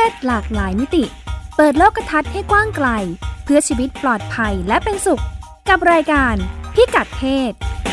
ศหลากหลายมิติเปิดโลกทัศน์ให้กว้างไกลเพื่อชีวิตปลอดภัยและเป็นสุขกับรายการพิกัดเพศ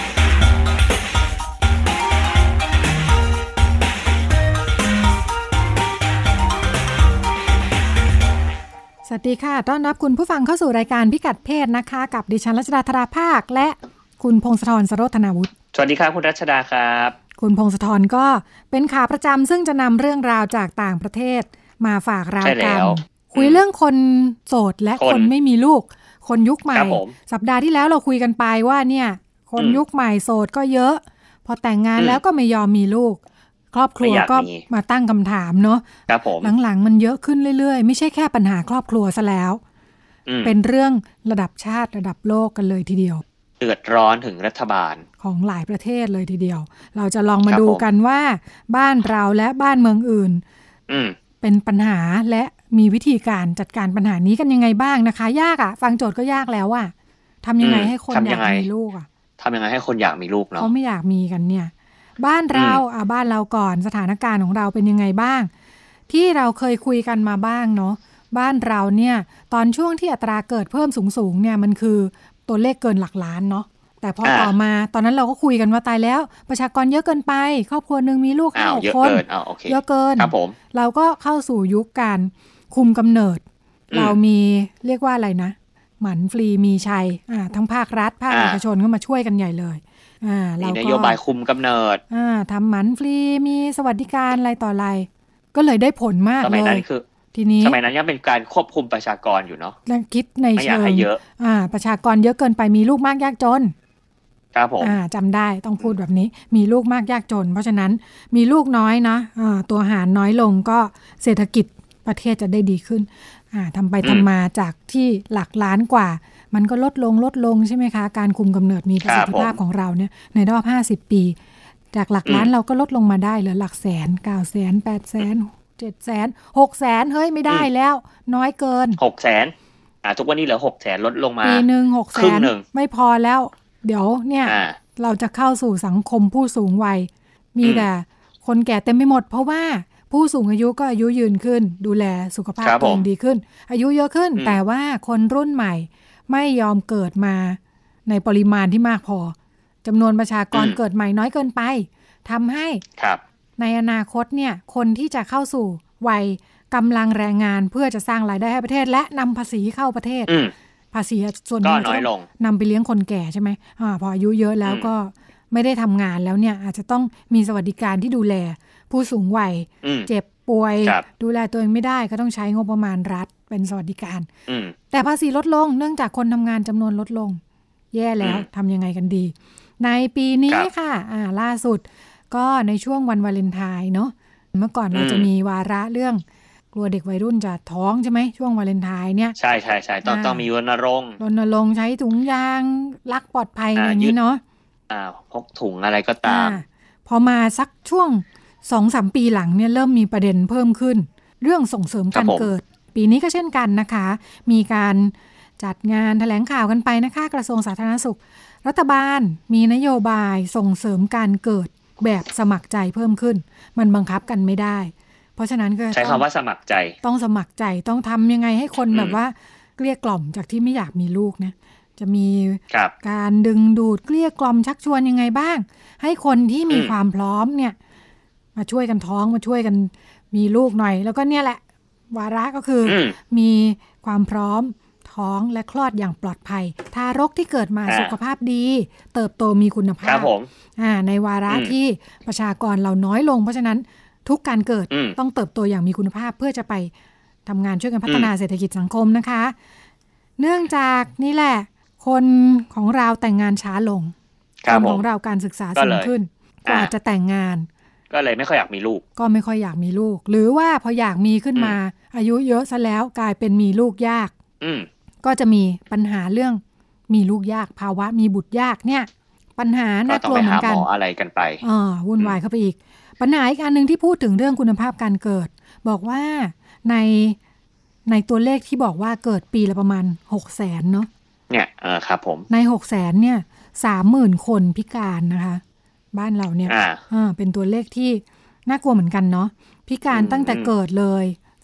สวัสดีค่ะต้อนรับคุณผู้ฟังเข้าสู่รายการพิกัดเพศนะคะกับดิฉันรัชดาธราภาคและคุณพงศธร สโรธนาวุฒิสวัสดีครับคุณรัชดาครับคุณพงศธรก็เป็นขาประจำซึ่งจะนำเรื่องราวจากต่างประเทศมาฝากเรากันคุยเรื่องคนโสดและคนไม่มีลูกคนยุคใหม่สัปดาห์ที่แล้วเราคุยกันไปว่าเนี่ยคนยุคใหม่โสดก็เยอะพอแต่งงานแล้วก็ไม่ยอมมีลูกครอบครัวก็มาตั้งคำถามเนาะหลังๆมันเยอะขึ้นเรื่อยๆไม่ใช่แค่ปัญหาครอบครัวซะแล้วเป็นเรื่องระดับชาติระดับโลกกันเลยทีเดียวเดือดร้อนถึงรัฐบาลของหลายประเทศเลยทีเดียวเราจะลองมาดูกันว่าบ้านเราและบ้านเมืองอื่นเป็นปัญหาและมีวิธีการจัดการปัญหานี้กันยังไงบ้างนะคะยากอ่ะฟังโจทย์ก็ยากแล้วอ่ะทำยังไงให้คนอยากมีลูกอ่ะทำยังไงให้คนอยากมีลูกเนาะเขาไม่อยากมีกันเนี่ยบ้านเราบ้านเราก่อนสถานการณ์ของเราเป็นยังไงบ้างที่เราเคยคุยกันมาบ้างเนาะบ้านเราเนี่ยตอนช่วงที่อัตราเกิดเพิ่มสูงๆเนี่ยมันคือตัวเลขเกินหลักล้านเนาะแต่พอต่อมาตอนนั้นเราก็คุยกันว่าตายแล้วประชากรเยอะเกินไปครอบครัวนึงมีลูก5-6 คนเยอะเกินเราก็เข้าสู่ยุคการคุมกำเนิดเรามีเรียกว่าอะไรนะหมันฟรีมีชัยทั้งภาครัฐภาคเอกชนก็มาช่วยกันใหญ่เลยเราก็นโยบายคุมกำเนิดทำหมันฟรีมีสวัสดิการอะไรต่ออะไรก็เลยได้ผลมากเลยสมัยนั้นคือทีนี้สมัยนั้นยังเป็นการควบคุมประชากรอยู่เนาะและคิดในเชิงประชากรเยอะเกินไปมีลูกมากยากจนครับผมจำได้ต้องพูดแบบนี้มีลูกมากยากจนเพราะฉะนั้นมีลูกน้อยนะตัวหารน้อยลงก็เศรษฐกิจประเทศจะได้ดีขึ้นทำไปทำมาจากที่หลักล้านกว่ามันก็ลดลงใช่ไหมคะการคุมกำเนิดมีประสิทธิภาพของเราเนี่ยในรอบ50 ปีจากหลักล้านเราก็ลดลงมาได้เหลือหลักแสน900,000 800,000 700,000 600,000เฮ้ยไม่ได้แล้วน้อยเกิน 600,000ทุกวันนี้เหลือ600,000ลดลงมาปีนึง600,000ไม่พอแล้วเดี๋ยวเนี่ยเราจะเข้าสู่สังคมผู้สูงวัยมีแต่คนแก่เต็มไปหมดเพราะว่าผู้สูงอายุก็อายุยืนขึ้นดูแลสุขภาพตัวเองดีขึ้นอายุเยอะขึ้นแต่ว่าคนรุ่นใหม่ไม่ยอมเกิดมาในปริมาณที่มากพอจำนวนประชากรเกิดใหม่น้อยเกินไปทำให้ในอนาคตเนี่ยคนที่จะเข้าสู่วัยกำลังแรงงานเพื่อจะสร้างรายได้ให้ประเทศและนำภาษีเข้าประเทศภาษีส่วนนึงจะนำไปเลี้ยงคนแก่ใช่ไหมพออายุเยอะแล้วก็ไม่ได้ทำงานแล้วเนี่ยอาจจะต้องมีสวัสดิการที่ดูแลผู้สูงวัยเจ็บป่วยดูแลตัวเองไม่ได้ก็ต้องใช้งบประมาณรัฐเป็นสวัสดิการแต่ภาษีลดลงเนื่องจากคนทำงานจำนวนลดลงแย่แล้วทำยังไงกันดีในปีนี้ค่ะล่าสุดก็ในช่วงวันวาเลนไทน์เนาะเมื่อก่อนเราจะมีวาระเรื่องกลัวเด็กวัยรุ่นจะท้องใช่ไหมช่วงวาเลนไทน์เนี่ยใช่ต้องมีรณรงค์ใช้ถุงยางรักปลอดภัยอย่างนี้เนาะพกถุงอะไรก็ตามพอมาสักช่วง 2-3 ปีหลังเนี่ยเริ่มมีประเด็นเพิ่มขึ้นเรื่องส่งเสริมการเกิดปีนี้ก็เช่นกันนะคะมีการจัดงานแถลงข่าวกันไปนะคะกระทรวงสาธารณสุขรัฐบาลมีนโยบายส่งเสริมการเกิดแบบสมัครใจเพิ่มขึ้นมันบังคับกันไม่ได้เพราะฉะนั้นก็ใช้คำว่าสมัครใจต้องสมัครใจต้องทำยังไงให้คนแบบว่าเกลี้ยกล่อมจากที่ไม่อยากมีลูกนะจะมีการดึงดูดเกลี้ยกล่อมชักชวนยังไงบ้างให้คนที่มีความพร้อมเนี่ยมาช่วยกันท้องมาช่วยกันมีลูกหน่อยแล้วก็เนี่ยแหละวาระก็คือมีความพร้อมท้องและคลอดอย่างปลอดภัยทารกที่เกิดมาสุขภาพดีเติบโตมีคุณภาพในวาระที่ประชากรเราน้อยลงเพราะฉะนั้นทุกการเกิดต้องเติบโตอย่างมีคุณภาพเพื่อจะไปทำงานช่วยกันพัฒนาเศรษฐกิจสังคมนะคะเนื่องจากนี่แหละคนของเราแต่งงานช้าลงคนของเราการศึกษาสูงขึ้นกว่าจะแต่งงานก็เลยไม่ค่อยอยากมีลูกก็ไม่ค่อยอยากมีลูกหรือว่าพออยากมีขึ้นมาอายุเยอะซะแล้วกลายเป็นมีลูกยากก็จะมีปัญหาเรื่องมีลูกยากภาวะมีบุตรยากเนี่ยปัญหาน่ากลัวเหมือนกันต้องไปหาหมออะไรกันไปวุ่นวายเข้าไปอีกปัญหาอีกอันนึงที่พูดถึงเรื่องคุณภาพการเกิดบอกว่าในตัวเลขที่บอกว่าเกิดปีละประมาณ 600,000 เนาะเนี่ยครับผมใน 600,000 เนี่ย 30,000 คนพิการนะคะบ้านเราเนี่ยเป็นตัวเลขที่น่ากลัวเหมือนกันเนาะพิการตั้งแต่เกิดเลย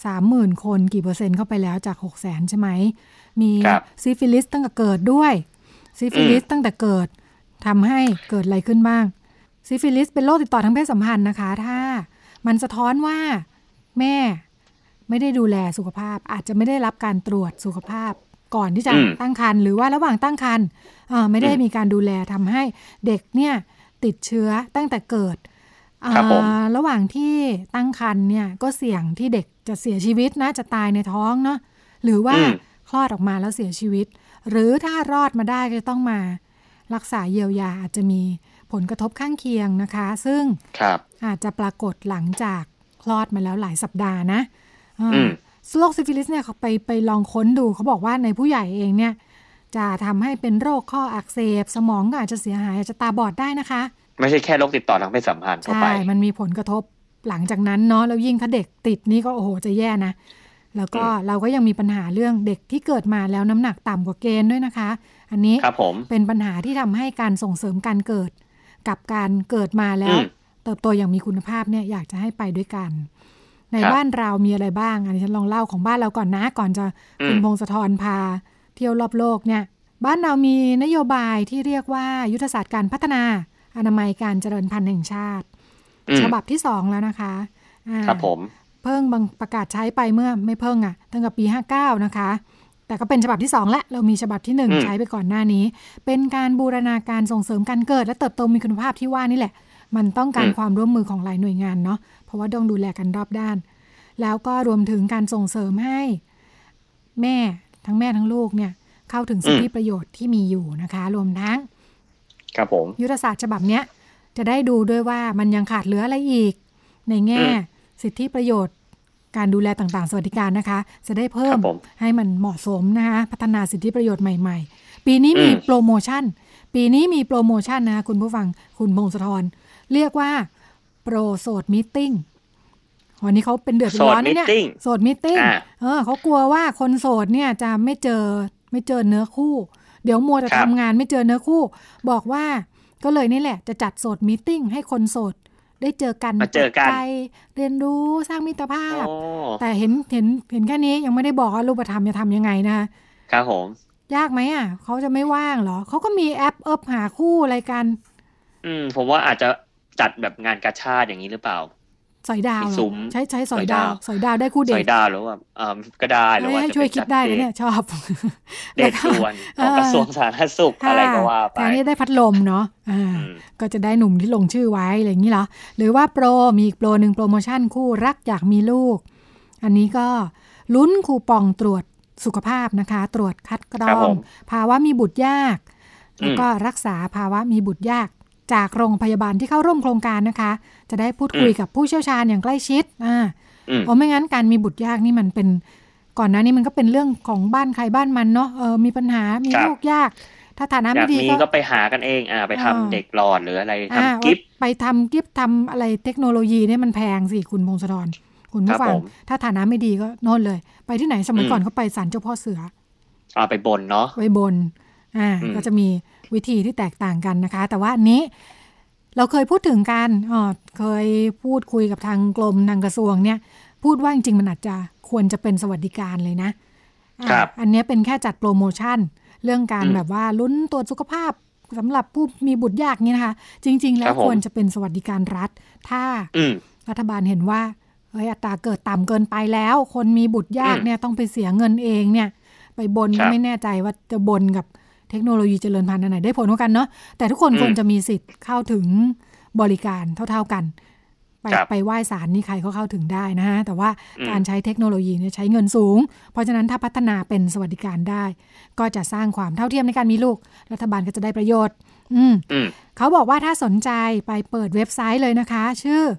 30,000 คนกี่เปอร์เซ็นต์เข้าไปแล้วจาก 600,000 ใช่ไหมมีซิฟิลิสตั้งแต่เกิดด้วยซิฟิลิสตั้งแต่เกิดทำให้เกิดอะไรขึ้นบ้างซิฟิลิสเป็นโรคติดต่อทางเพศสัมพันธ์นะคะถ้ามันสะท้อนว่าแม่ไม่ได้ดูแลสุขภาพอาจจะไม่ได้รับการตรวจสุขภาพก่อนที่จะตั้งครรภ์หรือว่าระหว่างตั้งครรภ์ไม่ได้มีการดูแลทำให้เด็กเนี่ยติดเชื้อตั้งแต่เกิดระหว่างที่ตั้งครรภ์เนี่ยก็เสี่ยงที่เด็กจะเสียชีวิตนะจะตายในท้องเนาะหรือว่าคลอดออกมาแล้วเสียชีวิตหรือถ้ารอดมาได้ก็จะต้องมารักษาเยียวยาอาจจะมีผลกระทบข้างเคียงนะคะซึ่งอาจจะปรากฏหลังจากคลอดมาแล้วหลายสัปดาห์นะโรคซิฟิลิสเนี่ยเขาไปลองค้นดูเขาบอกว่าในผู้ใหญ่เองเนี่ยจะทำให้เป็นโรคข้ออักเสบสมองก็อาจจะเสียหายอาจจะตาบอดได้นะคะไม่ใช่แค่โรคติดต่อทางเพศสัมพันธ์ทั่วไปใช่มันมีผลกระทบหลังจากนั้นเนาะแล้วยิ่งถ้าเด็กติดนี่ก็โอ้โหจะแย่นะแล้วก็เราก็ยังมีปัญหาเรื่องเด็กที่เกิดมาแล้วน้ำหนักต่ำกว่าเกณฑ์ด้วยนะคะอันนี้เป็นปัญหาที่ทำให้การส่งเสริมการเกิดกับการเกิดมาแล้วเติบโตอย่างมีคุณภาพเนี่ยอยากจะให้ไปด้วยกันในบ้านเรามีอะไรบ้างอันนี้ฉันลองเล่าของบ้านเราก่อนนะก่อนจะคุณพงศธรพาเที่ยวรอบโลกเนี่ยบ้านเรามีนโยบายที่เรียกว่ายุทธศาสตร์การพัฒนาอนามัยการเจริญพันธุ์แห่งชาติฉบับที่2แล้วนะคะครับผมเพิ่งประกาศใช้ไปเมื่อไม่เพิ่งตั้งแต่ปี59นะคะแต่ก็เป็นฉบับที่2แล้วเรามีฉบับที่1ใช้ไปก่อนหน้านี้เป็นการบูรณาการส่งเสริมการเกิดและเติบโตมีคุณภาพที่ว่านี่แหละมันต้องการความร่วมมือของหลายหน่วยงานเนาะเพราะว่าต้องดูแลกันรอบด้านแล้วก็รวมถึงการส่งเสริมให้แม่ทั้งลูกเนี่ยเข้าถึงสิทธิประโยชน์ที่มีอยู่นะคะรวมทั้งครับผมยุทธศาสตร์ฉบับเนี้ยจะได้ดูด้วยว่ามันยังขาดเหลืออะไรอีกในแง่สิทธิประโยชน์การดูแลต่างๆสวัสดิการนะคะจะได้เพิ่มให้มันเหมาะสมนะคะพัฒนาสิทธิประโยชน์ใหม่ๆปีนี้มีโปรโมชั่นนะคุณผู้ฟังคุณพงศธรเรียกว่าโปรโสดมีตติ้งวันนี้เขาเป็นเดือดร้อนเนี่ยโสดมีตติ้งเขากลัวว่าคนโสดเนี่ยจะไม่เจอเนื้อคู่เดี๋ยวมัวแต่ทำงานไม่เจอเนื้อคู่บอกว่าก็เลยนี่แหละจะจัดโสดมีตติ้งให้คนโสดได้เจอกันไปเรียนรู้สร้างมิตรภาพแต่เห็นแค่นี้ยังไม่ได้บอกว่ารูปธรรมจะทำยังไงนะครับผมยากไหมเขาจะไม่ว่างเหรอเขาก็มีแอปหาคู่อะไรกันผมว่าอาจจะจัดแบบงานกาชาดอย่างนี้หรือเปล่าสอยดาวใช้สอยดาวได้คู่เด็กสอยดาวหรือว่าก็ได้หรือว่าช่วยคิดได้เลยเนี่ยชอบเด็กด่วนของกระทรวงสาธารณสุขอะไรก็ว่าไปแทนที่ได้พัดลมเนาะก็จะได้หนุ่มที่ลงชื่อไว้อะไรอย่างนี้เหรอหรือว่ามีอีกโปรนึงโปรโมชั่นคู่รักอยากมีลูกอันนี้ก็ลุ้นคูปองตรวจสุขภาพนะคะตรวจคัดกรองภาวะมีบุตรยากแล้วก็รักษาภาวะมีบุตรยากจากโรงพยาบาลที่เข้าร่วมโครงการนะคะจะได้พูดคุยกับผู้เชี่ยวชาญอย่างใกล้ชิดเพราะไม่งั้นการมีบุตรยากนี่มันเป็นก่อนหน้านี้มันก็เป็นเรื่องของบ้านใครบ้านมันเนาะมีปัญหามีลูกยากถ้าฐานะไม่ดีก็ไปหากันเองไปทำเด็กหลอดหรืออะไรทำกิฟต์ไปทำกิฟต์ทำอะไรเทคโนโลยีเนี่ยมันแพงสิคุณพงศธรคุณผู้ฟังถ้าฐานะไม่ดีก็โน่นเลยไปที่ไหนสมัยก่อนก็ไปศาลเจ้าพ่อเสือไปบนเนาะไปบนก็จะมีวิธีที่แตกต่างกันนะคะแต่ว่านี้เราเคยพูดถึงกันเคยพูดคุยกับทางกรมทางกระทรวงเนี่ยพูดว่าจริงๆมันอาจจะควรจะเป็นสวัสดิการเลยนะอันนี้เป็นแค่จัดโปรโมชั่นเรื่องการแบบว่าลุ้นตรวจสุขภาพสำหรับผู้มีบุตรยากนี่นะคะจริงๆแล้วควรจะเป็นสวัสดิการรัฐถ้ารัฐบาลเห็นว่าอัตราเกิดต่ำเกินไปแล้วคนมีบุตรยากเนี่ยต้องไปเสียเงินเองเนี่ยไปบนก็ไม่แน่ใจว่าจะบนกับเทคโนโลยีเจริญพันธุ์อันไหนได้ผลเท่ากันเนาะแต่ทุกคนควรจะมีสิทธิ์เข้าถึงบริการเท่าๆกันไปไหว้ศาลนี่ใครก็เข้าถึงได้นะฮะแต่ว่าการใช้เทคโนโลยีเนี่ยใช้เงินสูงเพราะฉะนั้นถ้าพัฒนาเป็นสวัสดิการได้ก็จะสร้างความเท่าเทียมในการมีลูกรัฐบาลก็จะได้ประโยชน์เขาบอกว่าถ้าสนใจไปเปิดเว็บไซต์เลยนะคะชื่อ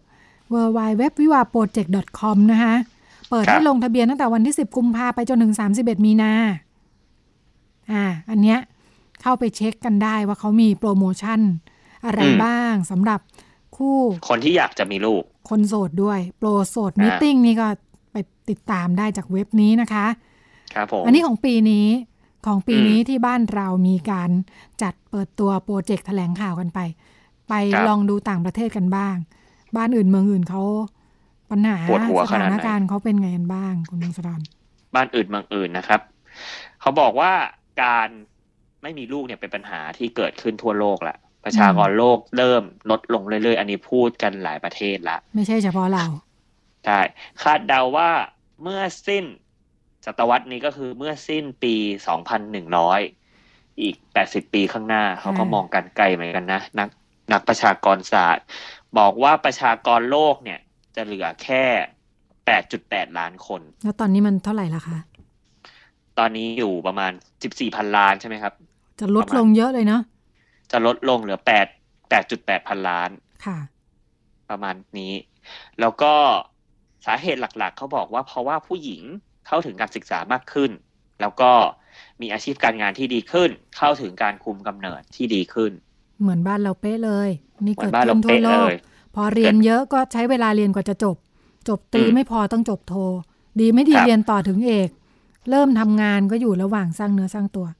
www.vivaproject.com นะคะเปิดให้ลงทะเบียนตั้งแต่วันที่10กุมภาพันธ์ไปจนถึง31มีนาอันเนี้ยเข้าไปเช็คกันได้ว่าเขามีโปรโมชั่นอะไรบ้างสำหรับคู่คนที่อยากจะมีลูกคนโสดด้วยโปรโสดมีตติ้งนี่ก็ไปติดตามได้จากเว็บนี้นะคะครับผมอันนี้ของปีนี้ที่บ้านเรามีการจัดเปิดตัวโปรเจกต์แถลงข่าวกันไปลองดูต่างประเทศกันบ้างบ้านอื่นเมืองอื่นเขาไปปัญหาปวดหัวขนาดไหนสถานการณ์เขาเป็นไงกันบ้างคุณดวงสรรค์บ้านอื่นเมืองอื่นนะครับเขาบอกว่าการไม่มีลูกเนี่ยเป็นปัญหาที่เกิดขึ้นทั่วโลกละประชากรโลกเริ่มลดลงเรื่อยๆอันนี้พูดกันหลายประเทศละไม่ใช่เฉพาะเราใช่คาดเดาว่าเมื่อสิ้นศตวรรษนี้ก็คือเมื่อสิ้นปี2100อีก80ปีข้างหน้าเขาก็มองกันไกลเหมือนกันนะนักประชากรศาสตร์บอกว่าประชากรโลกเนี่ยจะเหลือแค่ 8.8 ล้านคนแล้วตอนนี้มันเท่าไหร่ล่ะคะตอนนี้อยู่ประมาณ 14,000 ล้านใช่ไหมครับจะลดลงเยอะเลยเนาะจะลดลงเหลือ 8.8 พันล้านค่ะประมาณนี้แล้วก็สาเหตุหลักๆเขาบอกว่าเพราะว่าผู้หญิงเข้าถึงการศึกษามากขึ้นแล้วก็มีอาชีพการงานที่ดีขึ้นเข้าถึงการคุมกำเนิดที่ดีขึ้นเหมือนบ้านเราเป๊ะเลยนี่เกิดขึ้นทั่วโลกพอเรียนเยอะก็ใช้เวลาเรียนกว่าจะจบตรีไม่พอต้องจบโทดีไม่ดีเรียนต่อถึงเอกเริ่มทำงานก็อยู่ระหว่างสร้างเนื้อสร้างตัว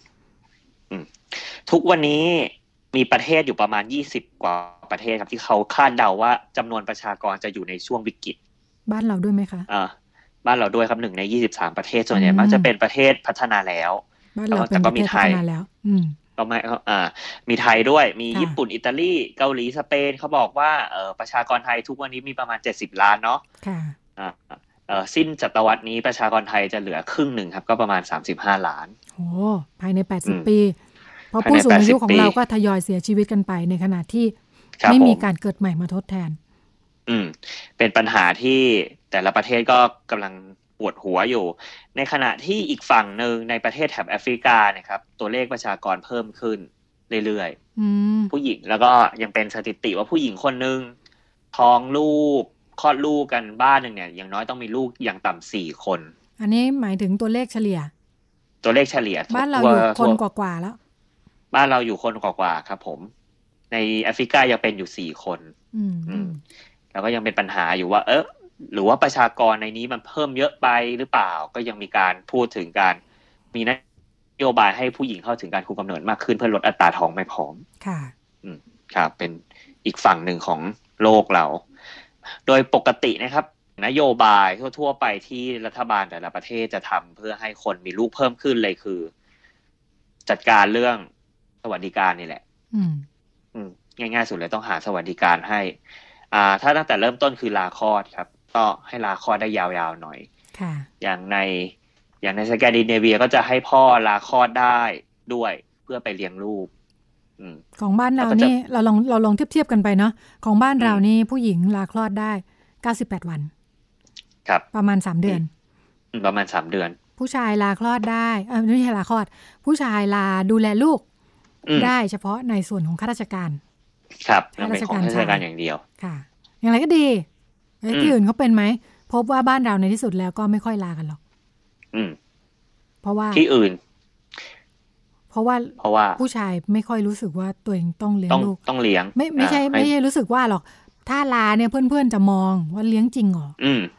ทุกวันนี้มีประเทศอยู่ประมาณ20กว่าประเทศครับที่เขาคาดเดาว่าจำนวนประชากรจะอยู่ในช่วงวิกฤตบ้านเราด้วยไหมคะบ้านเราด้วยครับ1ใน23ประเทศส่วนใหญ่มักจะเป็นประเทศพัฒนาแล้วบ้านเราเป็นประเทศพัฒนาแล้วก็ไม่มีไทยด้วยมีญี่ปุ่นอิตาลีเกาหลีสเปนเขาบอกว่าประชากรไทยทุกวันนี้มีประมาณ70ล้านเนาะค่ะสิ้นศตวรรษนี้ประชากรไทยจะเหลือครึ่งหนึ่งครับก็ประมาณ35ล้านโอ้ภายใน80ปีเพราะผู้สูงอายุของเราก็ทยอยเสียชีวิตกันไปในขณะที่ไม่มีการเกิดใหม่มาทดแทนเป็นปัญหาที่แต่ละประเทศก็กำลังปวดหัวอยู่ในขณะที่อีกฝั่งหนึ่งในประเทศแถบแอฟริกาเนี่ยครับตัวเลขประชากรเพิ่มขึ้นเรื่อยๆผู้หญิงแล้วก็ยังเป็นสถิติว่าผู้หญิงคนนึงท้องลูกคลอดลูกกันบ้านนึงเนี่ยอย่างน้อยต้องมีลูกอย่างต่ำ4คนอันนี้หมายถึงตัวเลขเฉลี่ยบ้านเราอยู่คนกว่าๆแล้วบ้านเราอยู่คนกว่าๆครับผมในแอฟริกายังเป็นอยู่4คนแล้วก็ยังเป็นปัญหาอยู่ว่าหรือว่าประชากรในนี้มันเพิ่มเยอะไปหรือเปล่าก็ยังมีการพูดถึงการมีนโยบายให้ผู้หญิงเข้าถึงการคุมกำเนิดมากขึ้นเพื่อลดอัตราท้องไม่พร้อมค่ะครับเป็นอีกฝั่งหนึ่งของโลกเราโดยปกตินะครับนโยบายทั่วๆไปที่รัฐบาลแต่ละประเทศจะทำเพื่อให้คนมีลูกเพิ่มขึ้นเลยคือจัดการเรื่องสวัสดิการนี่แหละง่ายๆสุดเลยต้องหาสวัสดิการให้ถ้าตั้งแต่เริ่มต้นคือลาคลอดครับก็ให้ลาคลอดได้ยาวๆหน่อยอย่างในสแกนดิเนเวียก็จะให้พ่อลาคลอดได้ด้วยเพื่อไปเลี้ยงลูกของบ้านเรานี่เราลองเทียบกันไปเนาะของบ้านเรานี่ผู้หญิงลาคลอดได้98วันครับประมาณ3เดือนประมาณ3เดือนผู้ชายลาคลอดได้ไม่ใช่ลาคลอดผู้ชายลาดูแลลูกได้เฉพาะในส่วนของข้าราชการครับเป็นของข้าราชการอย่างเดียวค่ะอย่างไรก็ดีที่อื่นเขาเป็นไหมพบว่าบ้านเราในที่สุดแล้วก็ไม่ค่อยลากันหรอกเพราะว่าที่อื่นเพราะว่าผู้ชายไม่ค่อยรู้สึกว่าตัวเองต้องเลี้ยงลูกต้องเลี้ยงไม่ใช่รู้สึกว่าหรอกถ้าลาเนี่ยเพื่อนๆจะมองว่าเลี้ยงจริงหรอ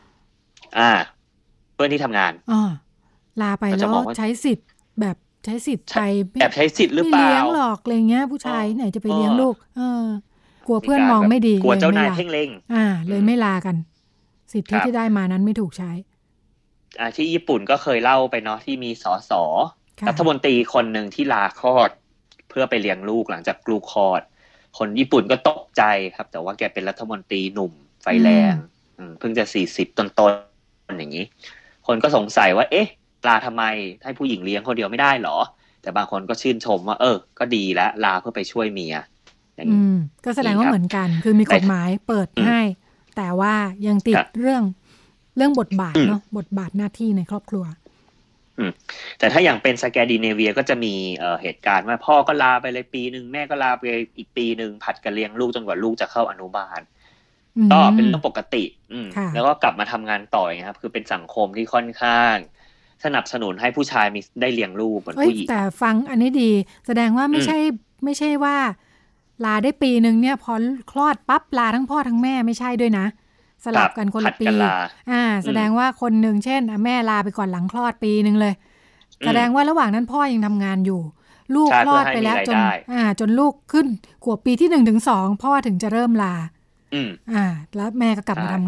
เพื่อนที่ทำงานลาไปแล้วใช้สิทธิ์แบบใช้สิทธิ์ไปแอบใช้สิทธิ์หรือเปล่าไม่เลี้ยงหรอกอะไรเงี้ยผู้ชายไหนจะไปเลี้ยงลูกกลัวเพื่อนมองไม่ดีกลัวเจ้านายเพ่งเล็งเลยไม่ลากันสิทธิที่ได้มานั้นไม่ถูกใช้ที่ญี่ปุ่นก็เคยเล่าไปเนาะที่มีสสรัฐมนตรีคนหนึ่งที่ลาคลอดเพื่อไปเลี้ยงลูกหลังจากลูกคลอดคนญี่ปุ่นก็ตกใจครับแต่ว่าแกเป็นรัฐมนตรีหนุ่มไฟแรงเพิ่งจะ40ต้นๆอย่างนี้คนก็สงสัยว่าลาทำไมให้ผู้หญิงเลี้ยงคนเดียวไม่ได้หรอแต่บางคนก็ชื่นชมว่าก็ดีแล้วลาเพื่อไปช่วยเมียก็แสดงว่าเหมือนกันคือมีกฎหมายเปิดให้แต่ว่ายังติดเรื่องบทบาทเนาะบทบาทหน้าที่ในครอบครัวแต่ถ้าอย่างเป็นสแกนดิเนเวียก็จะมีเหตุการณ์ว่าพ่อก็ลาไปเลยปีนึงแม่ก็ลาไปอีกปีนึงผัดกันเลี้ยงลูกจนกว่าลูกจะเข้าอนุบาลก็เป็นเรื่องปกติแล้วก็กลับมาทำงานต่อครับคือเป็นสังคมที่ค่อนข้างสนับสนุนให้ผู้ชายมีได้เลี้ยงลูกเหมือนผู้หญิงแต่ฟังอันนี้ดีแสดงว่าไม่ใช่ว่าลาได้ปีนึงเนี่ยพอคลอดปั๊บลาทั้งพ่อทั้งแม่ไม่ใช่ด้วยนะสลับกันคนละปีแสดงว่าคนนึงเช่นแม่ลาไปก่อนหลังคลอดปีนึงเลยแสดงว่าระหว่างนั้นพ่อยังทำงานอยู่ลูกคลอดไปแล้วจนลูกขึ้นขวบปีที่1 ถึง 2พ่อถึงจะเริ่มลาแล้วแม่ก็กลับมาทำงาน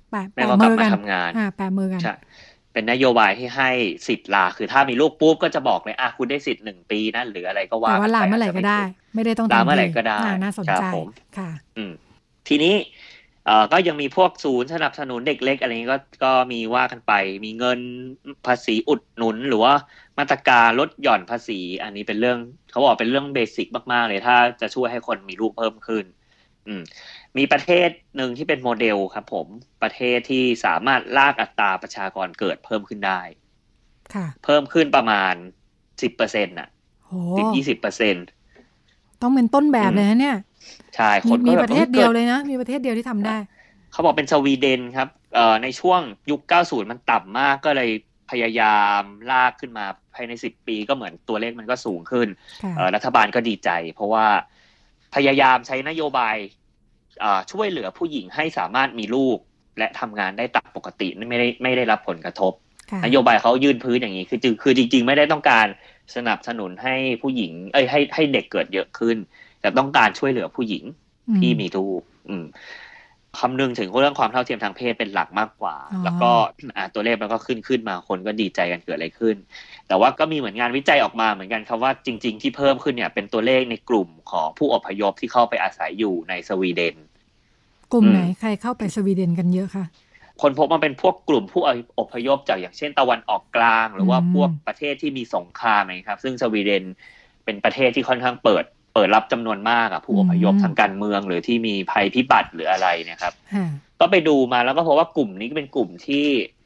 แปะมือกันแปะมือกันเป็นนโยบายที่ให้สิทธิ์ลาคือถ้ามีลูกปุ๊บก็จะบอกเลยคุณได้สิทธิ์1 ปีนะหรืออะไรก็ว่าแต่ว่าลาเมื่อไหร่ก็ได้ไม่ได้ต้องลาเมื่อไหร่ก็ได้น่าสนใจค่ะทีนี้ก็ยังมีพวกศูนย์สนับสนุนเด็กเล็กอะไรนี้ก็มีว่ากันไปมีเงินภาษีอุดหนุนหรือว่ามาตรการลดหย่อนภาษีอันนี้เป็นเรื่องเขาบอกเป็นเรื่องเบสิกมากๆเลยถ้าจะช่วยให้คนมีลูกเพิ่มขึ้นมีประเทศหนึ่งที่เป็นโมเดลครับผมประเทศที่สามารถลากอัตราประชากรเกิดเพิ่มขึ้นได้เพิ่มขึ้นประมาณ 10% น่ะ 10-20% ต้องเป็นต้นแบบเลยนะเนี่ยใช่คนมีประเทศเดียวเลยนะมีประเทศเดียวที่ทำได้เขาบอกเป็นสวีเดนครับในช่วงยุค90มันต่ำมากก็เลยพยายามลากขึ้นมาภายใน10 ปีก็เหมือนตัวเลขมันก็สูงขึ้นรัฐบาลก็ดีใจเพราะว่าพยายามใช้นโยบายช่วยเหลือผู้หญิงให้สามารถมีลูกและทำงานได้ตามปกติไม่ได้รับผลกระทบนโยบายเขายืนพื้นอย่างนี้คือจริงๆไม่ได้ต้องการสนับสนุนให้ผู้หญิงให้เด็กเกิดเยอะขึ้นแต่ต้องการช่วยเหลือผู้หญิงที่มีลูกคำนึงถึงเรื่องความเท่าเทียมทางเพศเป็นหลักมากกว่าแล้วก็ตัวเลขมันก็ขึ้นมาคนก็ดีใจกันเกิดอะไรขึ้นแต่ว่าก็มีเหมือนงานวิจัยออกมาเหมือนกันครับว่าจริงๆที่เพิ่มขึ้นเนี่ยเป็นตัวเลขในกลุ่มของผู้อพยพที่เข้าไปอาศัยอยู่ในสวีเดนกลุ่มไหนใครเข้าไปสวีเดนกันเยอะคะคนพบมาเป็นพวกกลุ่มผู้อพยพจากอย่างเช่นตะวันออกกลางหรือว่าพวกประเทศที่มีสงครามนะครับซึ่งสวีเดนเป็นประเทศที่ค่อนข้างเปิดรับจำนวนมากผู้อพยพทางการเมืองหรือที่มีภัยพิบัติหรืออะไรนะครับก็ไปดูมาแล้วก็พบว่ากลุ่มนี้เป็นกลุ่มที่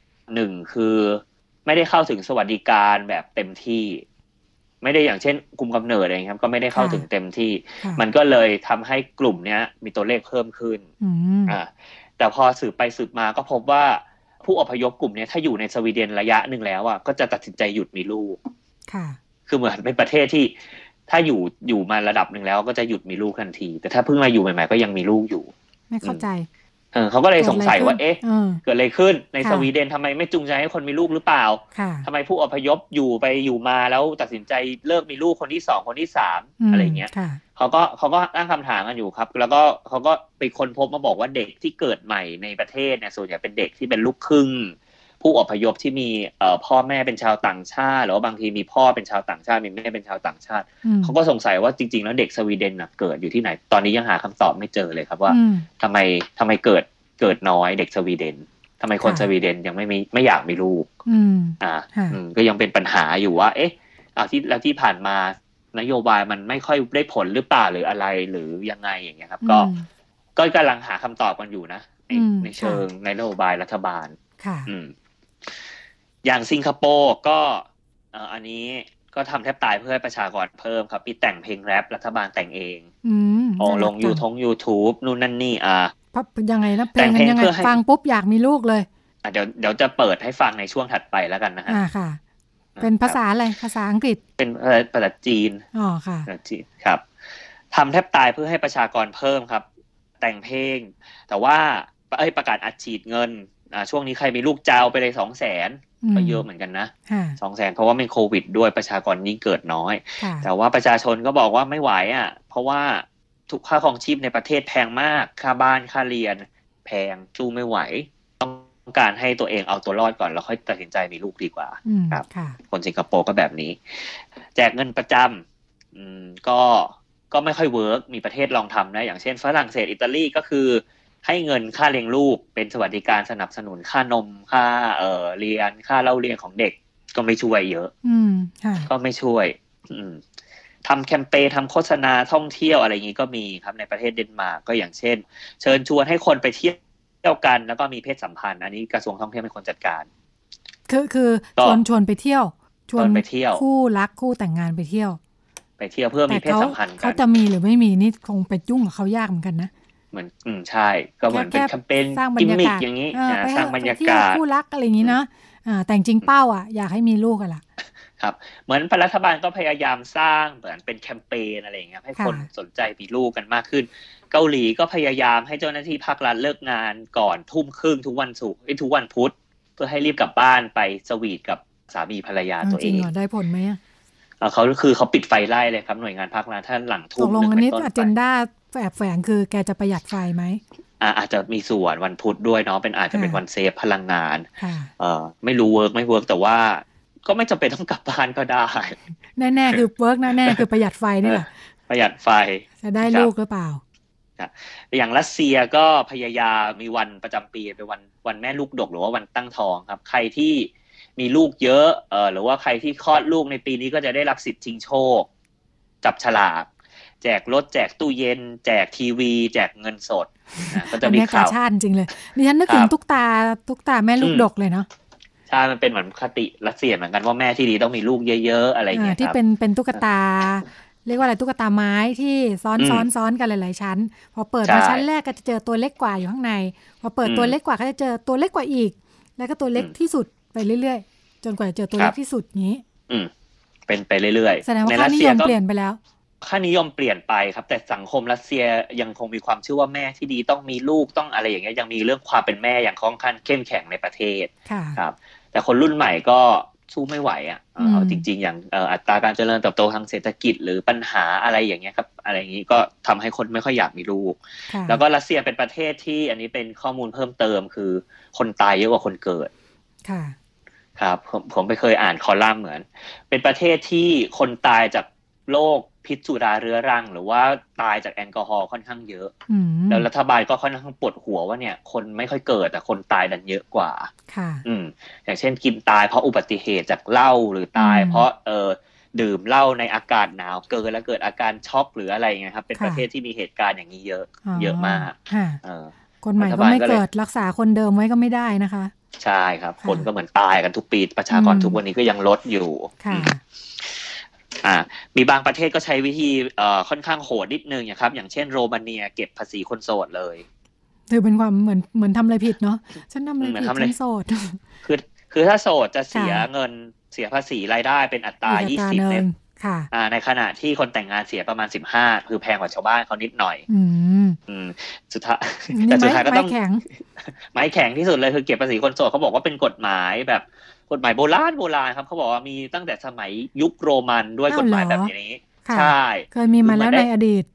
1คือไม่ได้เข้าถึงสวัสดิการแบบเต็มที่ไม่ได้อย่างเช่นคุมกำเนิดอะไรครับก็ไม่ได้เข้าถึงเต็มที่มันก็เลยทำให้กลุ่มนี้มีตัวเลขเพิ่มขึ้นแต่พอสืบไปสืบมาก็พบว่าผู้อพยพกลุ่มนี้ถ้าอยู่ในสวีเดนระยะหนึ่งแล้วก็จะตัดสินใจหยุดมีลูกคือเหมือนเป็นประเทศที่ถ้าอยู่มาระดับหนึ่งแล้วก็จะหยุดมีลูกทันทีแต่ถ้าเพิ่งมาอยู่ใหม่ๆก็ยังมีลูกอยู่ไม่เข้าใจเขาก็เลยสงสัยว่าเกิดอะไรขึ้นในสวีเดนทำไมไม่จูงใจให้คนมีลูกหรือเปล่าทำไมผู้อพยพอยู่มาแล้วตัดสินใจเลิกมีลูกคนที่2คนที่3อะไรเงี้ยเขาก็ตั้งคำถามกันอยู่ครับแล้วก็เขาก็ไปค้นพบมาบอกว่าเด็กที่เกิดใหม่ในประเทศเนี่ยส่วนใหญ่เป็นเด็กที่เป็นลูกครึ่งผู้อพยพที่มีพ่อแม่เป็นชาวต่างชาติหรือว่าบางทีมีพ่อเป็นชาวต่างชาติมีแม่เป็นชาวต่างชาติเขาก็สงสัยว่าจริงๆแล้วเด็กสวีเดนน่ะเกิดอยู่ที่ไหนตอนนี้ยังหาคำตอบไม่เจอเลยครับว่าทำไมเกิดน้อยเด็กสวีเดนทำไมคนสวีเดนยังไม่อยากมีลูกก็ยังเป็นปัญหาอยู่ว่าที่ผ่านมานโยบายมันไม่ค่อยได้ผลหรือเปล่าหรืออะไรหรือยังไงอย่างเงี้ยครับก็กำลังหาคำตอบกันอยู่นะในเชิงในนโยบายรัฐบาลอย่างสิงคโปร์ก็อันนี้ก็ทำแทบตายเพื่อให้ประชากรเพิ่มครับมีแต่งเพลงแรปรัฐบาลแต่งเองลงYouTube นู่นนั่นนี่ยังไงนะเพลงยังไงฟังปุ๊บอยากมีลูกเลยเดี๋ยวจะเปิดให้ฟังในช่วงถัดไปแล้วกันนะฮะค่ะเป็นภาษาอะไรภาษาอังกฤษเป็นภาษาจีนค่ะภาษาจีนครับทำแทบตายเพื่อให้ประชากรเพิ่มครับแต่งเพลงแต่ว่าประกาศอัดฉีดเงินช่วงนี้ใครมีลูกเจ้าไปเลย 200,000 ก็เยอะเหมือนกันนะ 200,000 เพราะว่าเป็นโควิดด้วยประชากรยิ่งเกิดน้อยแต่ว่าประชาชนก็บอกว่าไม่ไหวเพราะว่าทุกค่าครองชีพในประเทศแพงมากค่าบ้านค่าเรียนแพงสู้ไม่ไหวต้องการให้ตัวเองเอาตัวรอดก่อนแล้วค่อยตัดสินใจมีลูกดีกว่าครับคนสิงคโปร์ก็แบบนี้แจกเงินประจำก็ไม่ค่อยเวิร์กมีประเทศลองทำนะอย่างเช่นฝรั่งเศสอิตาลีก็คือให้เงินค่าเลี้ยงลูกเป็นสวัสดิการสนับสนุนค่านมค่าเรียนค่าเล่าเรียนของเด็กก็ไม่ช่วยเยอะก็ไม่ช่วยทำแคมเปญทำโฆษณาท่องเที่ยวอะไรอย่างนี้ก็มีครับในประเทศเดนมาร์กก็อย่างเช่นเชิญชวนให้คนไปเที่ยวกันแล้วก็มีเพศสัมพันธ์อันนี้กระทรวงท่องเที่ยวเป็นคนจัดการคือชวนไปเที่ยวชวนไปเที่ยวคู่รักคู่แต่งงานไปเที่ยวเพื่อมีเพศสัมพันธ์กันเขาจะมีหรือไม่มีนี่คงไปยุ่งกับเขายากเหมือนกันนะเหมือนใช่ก็เหมือนเป็นแคมเปญกิมมิคอย่างนี้สร้างบรรยากาศคู่รักอะไรอย่างนี้นะแต่จริงเป้าอยากให้มีลูกกันล่ะครับเหมือนรัฐบาลก็พยายามสร้างเหมือนเป็นแคมเปญอะไรอย่างเงี้ยให้คนสนใจมีลูกกันมากขึ้นเกาหลีก็พยายามให้เจ้าหน้าที่ภาครัฐเลิกงานก่อน 20:30 ทุกวันศุกร์ทุกวันพุธเพื่อให้รีบกลับบ้านไปสวีทกับสามีภรรยาตัวเองจริงเหรอได้ผลไหมเขาปิดไฟไล่เลยครับหน่วยงานภาครัฐถ้าหลังทุ่มตกลงอันนี้อเจนดาแฝงคือแกจะประหยัดไฟไหมอาจจะมีส่วนวันพุธด้วยเนาะอาจจะเป็นวันเซฟพลังงานไม่รู้เวิร์กไม่เวิร์กแต่ว่าก็ไม่จำเป็นต้องกลับบ้านก็ได้แน่ๆคือเวิร์กแน่ๆคือประหยัดไฟนี่แหละประหยัดไฟจะได้ลูกหรือเปล่าอย่างรัสเซียก็พยายามมีวันประจำปีเป็นวันแม่ลูกดกหรือว่าวันตั้งท้องครับใครที่มีลูกเยอะหรือว่าใครที่คลอดลูกในปีนี้ก็จะได้รับสิทธิ์ชิงโชคจับฉลากแจกรถแจกตู้เย็นแจกทีวีแจกเงินสดก็จะมีข่าวชาติจริงเลยดิฉันนึกถึงตุ๊กตาแม่ลูกดกเลยเนาะใช่มันเป็นเหมือนคติรัสเซียเหมือนกันว่าแม่ที่ดีต้องมีลูกเยอะๆอะไรอย่างเงี้ยที่เป็นตุ๊กตาเรียกว่าอะไรตุ๊กตาไม้ที่ซ้อนกันหลายๆชั้นพอเปิดมาชั้นแรกก็จะเจอตัวเล็กกว่าอยู่ข้างในพอเปิดตัวเล็กกว่าก็จะเจอตัวเล็กกว่าอีกแล้วก็ตัวเล็กที่สุดไปเรื่อยๆจนกว่าจะเจอตัวเล็กที่สุดนี้เป็นไปเรื่อยๆแสดงว่าค่านิยมเปลี่ยนไปแล้วค่านิยมเปลี่ยนไปครับแต่สังคมรัสเซียยังคงมีความเชื่อว่าแม่ที่ดีต้องมีลูกต้องอะไรอย่างเงี้ยยังมีเรื่องความเป็นแม่อย่างค่อนข้างเข้มแข็งในประเทศครับแต่คนรุ่นใหม่ก็สู้ไม่ไหวเอาจริงๆอย่างอัตราการเจริญเติบโตทางเศรษฐกิจหรือปัญหาอะไรอย่างเงี้ยครับอะไรอย่างงี้ก็ทำให้คนไม่ค่อยอยากมีลูกแล้วก็รัสเซียเป็นประเทศที่อันนี้เป็นข้อมูลเพิ่มเติมคือคนตายเยอะกว่าคนเกิดครับผมไปเคยอ่านคอลัมน์เหมือนเป็นประเทศที่คนตายจากโรคพิษสุราเรื้อรังหรือว่าตายจากแอลกอฮอล์ค่อนข้างเยอะแล้วรัฐบาลก็ค่อนข้างปวดหัวว่าเนี่ยคนไม่ค่อยเกิดแต่คนตายดันเยอะกว่าอย่างเช่นกินตายเพราะอุบัติเหตุจากเหล้าหรือตายเพราะดื่มเหล้าในอากาศหนาวเกินแล้วเกิดอาการช็อกหรืออะไรเงี้ยครับเป็นประเทศที่มีเหตุการณ์อย่างนี้เยอะมากคนใหม่ก็ไม่เกิดรักษาคนเดิมไว้ก็ไม่ได้นะคะใช่ครับคนก็เหมือนตายกันทุกปีประชากรทุกวันนี้ก็ยังลดอยู่มีบางประเทศก็ใช้วิธีค่อนข้างโหดนิดนึงนะครับอย่างเช่นโรมาเนียเก็บภาษีคนโสดเลยถือเป็นความเหมือนทำอะไรผิดเนาะฉันทำอะไรผิดฉันโสดคือถ้าโสดจะเสียเงินเสียภาษีรายได้เป็นอัตรา20เนี่ยในขณะที่คนแต่งงานเสียประมาณ15คือแพงกว่าชาวบ้านเขานิดหน่อยสุดท้ายก็ต้องไม้แข็งที่สุดเลยคือเก็บภาษีคนโสดเขาบอกว่าเป็นกฎหมายแบบกฎหมายโบราณครับเขาบอกว่ามีตั้งแต่สมัยยุคโรมันด้วยกฎหมายแบบนี้ใช่เคยมีมาแล้วในอดีต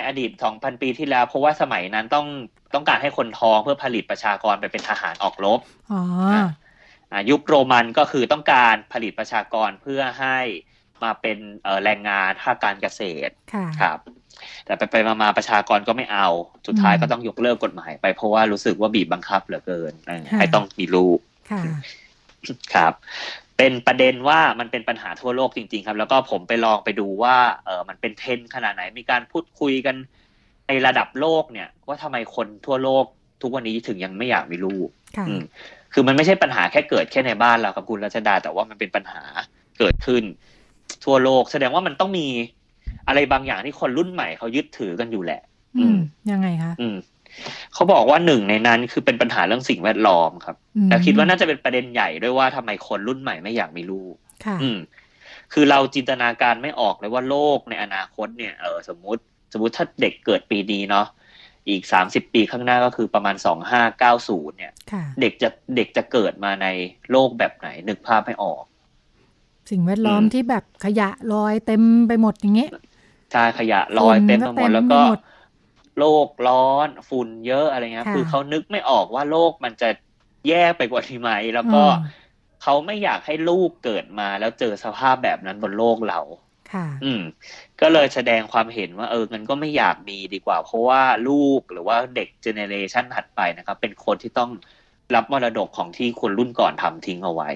2,000 ปีที่แล้วเพราะว่าสมัยนั้นต้องการให้คนท้องเพื่อผลิตประชากรไปเป็นทหารออกรบยุคโรมันก็คือต้องการผลิตประชากรเพื่อให้มาเป็นแรงงานภาคการเกษตรครับแต่ไปมาประชากรก็ไม่เอาสุดท้ายก็ต้องยกเลิกกฎหมายไปเพราะว่ารู้สึกว่าบีบบังคับเหลือเกินให้ต้องมีลูกครับเป็นประเด็นว่ามันเป็นปัญหาทั่วโลกจริงๆครับแล้วก็ผมไปลองไปดูว่ามันเป็นเทรนด์ขนาดไหนมีการพูดคุยกันในระดับโลกเนี่ยว่าทำไมคนทั่วโลกทุกวันนี้ถึงยังไม่อยากมีลูกคือมันไม่ใช่ปัญหาแค่เกิดแค่ในบ้านเราครับคุณรัชดาแต่ว่ามันเป็นปัญหาเกิดขึ้นทั่วโลกแสดงว่ามันต้องมีอะไรบางอย่างที่คนรุ่นใหม่เขายึดถือกันอยู่แหละยังไงคะเขาบอกว่าหนึ่งในนั้นคือเป็นปัญหาเรื่องสิ่งแวดล้อมครับแต่คิดว่าน่าจะเป็นประเด็นใหญ่ด้วยว่าทำไมคนรุ่นใหม่ไม่อยากมีลูกคือเราจินตนาการไม่ออกเลยว่าโลกในอนาคตเนี่ยสมมุติถ้าเด็กเกิดปีนี้เนาะอีก30ปีข้างหน้าก็คือประมาณ2590เนี่ยเด็กจะเกิดมาในโลกแบบไหนนึกภาพไม่ออกสิ่งแวดล้อมที่แบบขยะลอยเต็มไปหมดอย่างเงี้ยใช่ขยะลอยเต็มไปหมดแล้วก็โลกร้อนฝุ่นเยอะอะไรเงี้ยคือเขานึกไม่ออกว่าโลกมันจะแย่ไปกว่านี้ไหมแล้วก็เขาไม่อยากให้ลูกเกิดมาแล้วเจอสภาพแบบนั้นบนโลกเราก็เลยแสดงความเห็นว่างั้นก็ไม่อยากมีดีกว่าเพราะว่าลูกหรือว่าเด็กเจเนเรชันถัดไปนะครับเป็นคนที่ต้องรับมรดกของที่คนรุ่นก่อนทำทิ้งเอาไว้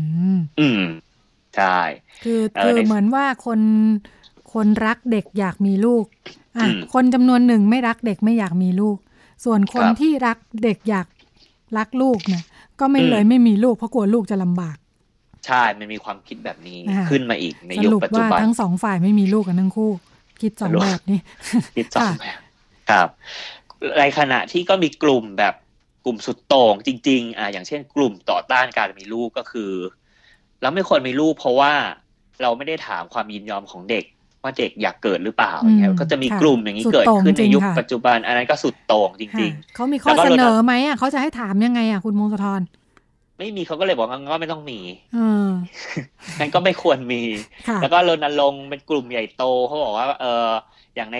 ใช่คือเหมือนว่าคนรักเด็กอยากมีลูกคนจำนวนหนึ่งไม่รักเด็กไม่อยากมีลูกส่วนคนที่รักเด็กอยากรักลูกเนี่ยก็ไม่มีลูกเพราะกลัวลูกจะลำบากใช่มันมีความคิดแบบนี้ขึ้นมาอีกในยุคปัจจุบันทั้งสองฝ่ายไม่มีลูกกันทั้งคู่คิดสองแบบนี้คิดสองแบบครับในขณะที่ก็มีกลุ่มแบบกลุ่มสุดโต่งจริงๆอย่างเช่นกลุ่มต่อต้านการมีลูกก็คือเราไม่ควรมีลูกเพราะว่าเราไม่ได้ถามความยินยอมของเด็กว่าเด็กอยากเกิดหรือเปล่าอย่างเงี้ยก็จะมีกลุ่มอย่างนี้เกิดขึ้นในยุคปัจจุบันอันนั้นก็สุดโต่งจริงๆเขามีข้อเสนอไหมเขาจะให้ถามยังไงคุณมงคลธรไม่มีเขาก็เลยบอกงั้นก็ไม่ต้องมีงั้นก็ไม่ควรมีแล้วก็รณรงค์เป็นกลุ่มใหญ่โตเขาบอกว่าอย่างใน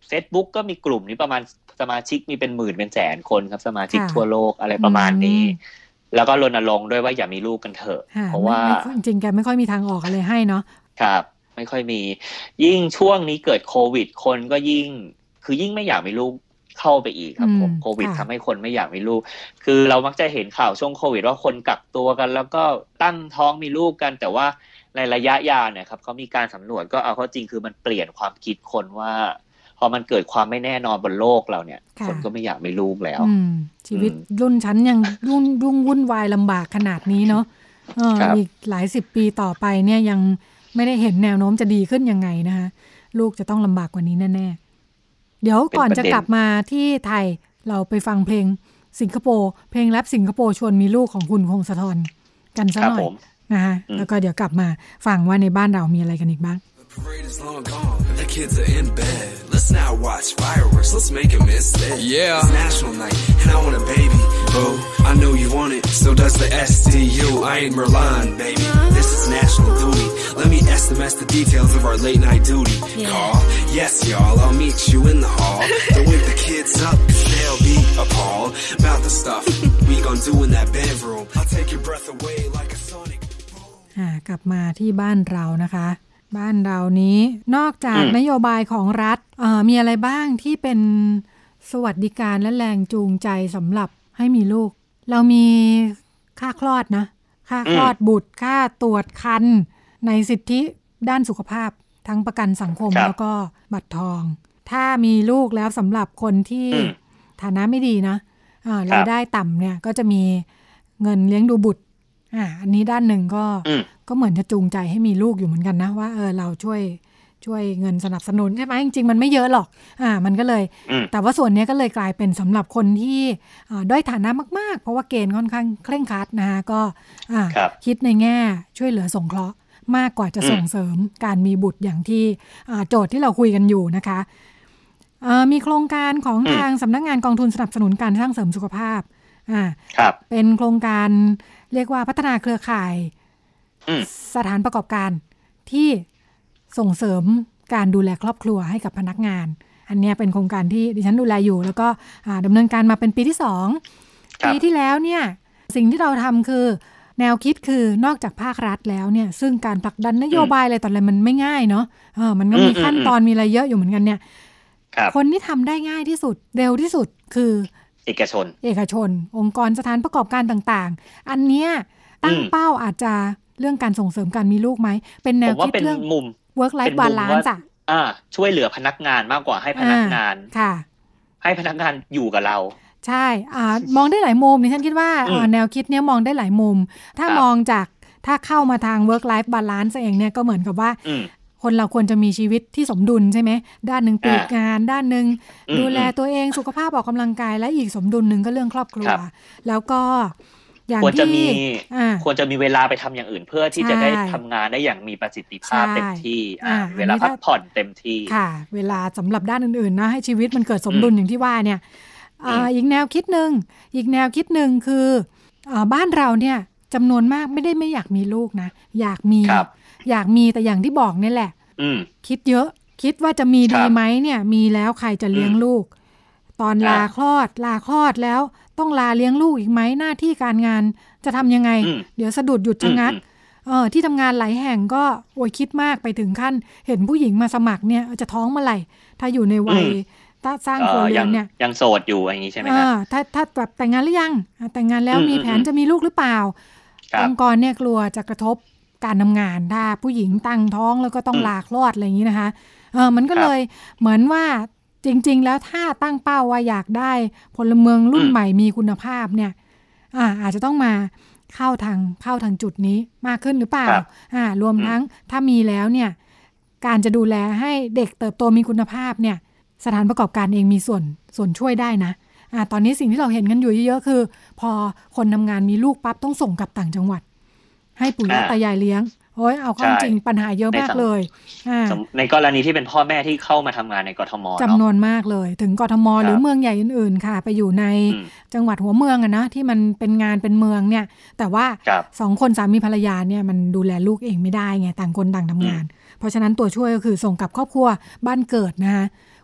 Facebook ก็มีกลุ่มนี้ประมาณสมาชิกมีเป็นหมื่นเป็นแสนคนครับสมาชิกทั่วโลกอะไรประมาณนี้แล้วก็รณรงค์ด้วยว่าอย่ามีลูกกันเถอะเพราะว่าจริงๆแกไม่ค่อยมีทางออกอะไรให้เนาะครับไม่ค่อยมียิ่งช่วงนี้เกิดโควิดคนก็ยิ่งไม่อยากมีลูกเข้าไปอีกครับผมโควิดทำให้คนไม่อยากมีลูกคือเรามักจะเห็นข่าวช่วงโควิดว่าคนกักตัวกันแล้วก็ตั้งท้องมีลูกกันแต่ว่าในระยะยาวเนี่ยครับเขามีการสำรวจก็เอาเข้าจริงคือมันเปลี่ยนความคิดคนว่าพอมันเกิดความไม่แน่นอนบนโลกเราเนี่ยคนก็ไม่อยากมีลูกแล้วชีวิตรุ่นชั้นยังยุ่งวุ่นวายลำบากขนาดนี้เนาะอีกหลายสิบปีต่อไปเนี่ยยังไม่ได้เห็นแนวโน้มจะดีขึ้นยังไงนะคะลูกจะต้องลำบากกว่านี้แน่ๆเดี๋ยวก่อนจะกลับมาที่ไทยเราไปฟังเพลงสิงคโปร์เพลงแรปสิงคโปร์ชวนมีลูกของคุณพงศธรกันซะหน่อยนะคะแล้วก็เดี๋ยวกลับมาฟังว่าในบ้านเรามีอะไรกันอีกบ้าง Parade is long gone, the kids are in bed. Let's not watch fireworks, let's make them instead. Yeah. It's national night, and I want a baby. Oh, I know you want it, so does the STU. I ain't Merlin, baby, this is national duty. Let me SMS the details of our late night duty. Call, yes y'all, I'll meet you in the hall. Don't wake the kids up, cause they'll be appalled. About the stuff we gon' do in that bedroom. I'll take your breath away like a sonic boom. กลับมาที่บ้านเรานะคะบ้านเรานี้นอกจากนโยบายของรัฐมีอะไรบ้างที่เป็นสวัสดิการและแรงจูงใจสำหรับให้มีลูกเรามีค่าคลอดนะค่าคลอดบุตรค่าตรวจครรภ์ในสิทธิด้านสุขภาพทั้งประกันสังคมแล้วก็บัตรทองถ้ามีลูกแล้วสำหรับคนที่ฐานะไม่ดีนะรายได้ต่ำเนี่ยก็จะมีเงินเลี้ยงดูบุตรอันนี้ด้านหนึ่งก็เหมือนจะจูงใจให้มีลูกอยู่เหมือนกันนะว่าเราช่วยเงินสนับสนุนใช่ไหมจริงๆมันไม่เยอะหรอกมันก็เลยแต่ว่าส่วนนี้ก็เลยกลายเป็นสำหรับคนที่ด้อยฐานะมากๆเพราะว่าเกณฑ์ค่อนข้างเคร่งครัดนะคะก็คิดในแง่ช่วยเหลือสงเคราะห์มากกว่าจะส่งเสริมการมีบุตรอย่างที่โจทย์ที่เราคุยกันอยู่นะคะมีโครงการของทางสำนักงานกองทุนสนับสนุนการสร้างเสริมสุขภาพเป็นโครงการเรียกว่าพัฒนาเครือข่ายสถานประกอบการที่ส่งเสริมการดูแลครอบครัวให้กับพนักงานอันนี้เป็นโครงการที่ดิฉันดูแลอยู่แล้วก็ดำเนินการมาเป็นปีที่2ปีที่แล้วเนี่ยสิ่งที่เราทำคือแนวคิดคือนอกจากภาครัฐแล้วเนี่ยซึ่งการผลักดันนโยบายอะไรตอนอะไรมันไม่ง่ายเนาะมันก็มีขั้นตอนมีอะไรเยอะอยู่เหมือนกันเนี่ยคนที่ทำได้ง่ายที่สุดเร็วที่สุดคือเอกชนองค์กรสถานประกอบการต่างๆอันเนี้ยตั้งเป้าอาจจะเรื่องการส่งเสริมการมีลูกไหมเป็นแนวคิดเรื่อง work life balance ช่วยเหลือพนักงานมากกว่าให้พนักงานให้พนักงานอยู่กับเราใช่มองได้หลายมุมนี่ฉันคิดว่าแนวคิดเนี้ยมองได้หลายมุมถ้ามองจากถ้าเข้ามาทาง work life balance เองเนี่ยก็เหมือนกับว่าคนเราควรจะมีชีวิตที่สมดุลใช่ไหมด้านหนึ่งปลีกงานด้านหนึ่งดูแลตัวเองสุขภาพออกกำลังกายและอีกสมดุลหนึ่งก็เรื่องครอบครัวแล้วก็ควรจะมีเวลาไปทำอย่างอื่นเพื่อที่จะได้ทำงานได้อย่างมีประสิทธิภาพเต็มที่เวลาพักผ่อนเต็มที่ค่ะเวลาสำหรับด้านอื่นๆนะให้ชีวิตมันเกิดสมดุลอย่างที่ว่าเนี่ยอีกแนวคิดหนึ่งคือบ้านเราเนี่ยจำนวนมากไม่ได้ไม่อยากมีลูกนะอยากมีแต่อย่างที่บอกนี่แหละคิดเยอะคิดว่าจะมีดีไหมเนี่ยมีแล้วใครจะเลี้ยงลูกตอนลาคลอดแล้วต้องลาเลี้ยงลูกอีกไหมหน้าที่การงานจะทำยังไงเดี๋ยวสะดุดหยุดชะงักที่ทำงานหลายแห่งก็โอยคิดมากไปถึงขั้นเห็นผู้หญิงมาสมัครเนี่ยจะท้องเมื่อไหร่ถ้าอยู่ในวัยสร้างครัวเรือนเนี่ยยังโสดอยู่อย่างนี้ใช่ไหมครับถ้าแบบแต่งงานหรือยังแต่งงานแล้วมีแผนจะมีลูกหรือเปล่าองค์กรเนี่ยกลัวจะกระทบการทำงานถ้าผู้หญิงตั้งท้องแล้วก็ต้องลาคลอดอะไรอย่างนี้นะคะมันก็เลยเหมือนว่าจริงๆแล้วถ้าตั้งเป้าว่าอยากได้พลเมืองรุ่นใหม่มีคุณภาพเนี่ยอาจจะต้องมาเข้าทางจุดนี้มากขึ้นหรือเปล่ารวมทั้งถ้ามีแล้วเนี่ยการจะดูแลให้เด็กเติบโตมีคุณภาพเนี่ยสถานประกอบการเองมีส่วนช่วยได้นะตอนนี้สิ่งที่เราเห็นกันอยู่เยอะๆคือพอคนทำงานมีลูกปั๊บต้องส่งกลับต่างจังหวัดให้ปู่ย่าตายายเลี้ยงโอ้ยเอาความจริงปัญหาเยอะมากเลยในกรณีที่เป็นพ่อแม่ที่เข้ามาทำงานในกทมจำนวนมากเลยถึงกทมหรือเมืองใหญ่อื่นๆค่ะไปอยู่ในจังหวัดหัวเมืองนะที่มันเป็นงานเป็นเมืองเนี่ยแต่ว่า2คนสามีภรรยาเนี่ยมันดูแลลูกเองไม่ได้ไงต่างคนต่างทำงานเพราะฉะนั้นตัวช่วยก็คือส่งกลับครอบครัวบ้านเกิดนะคะ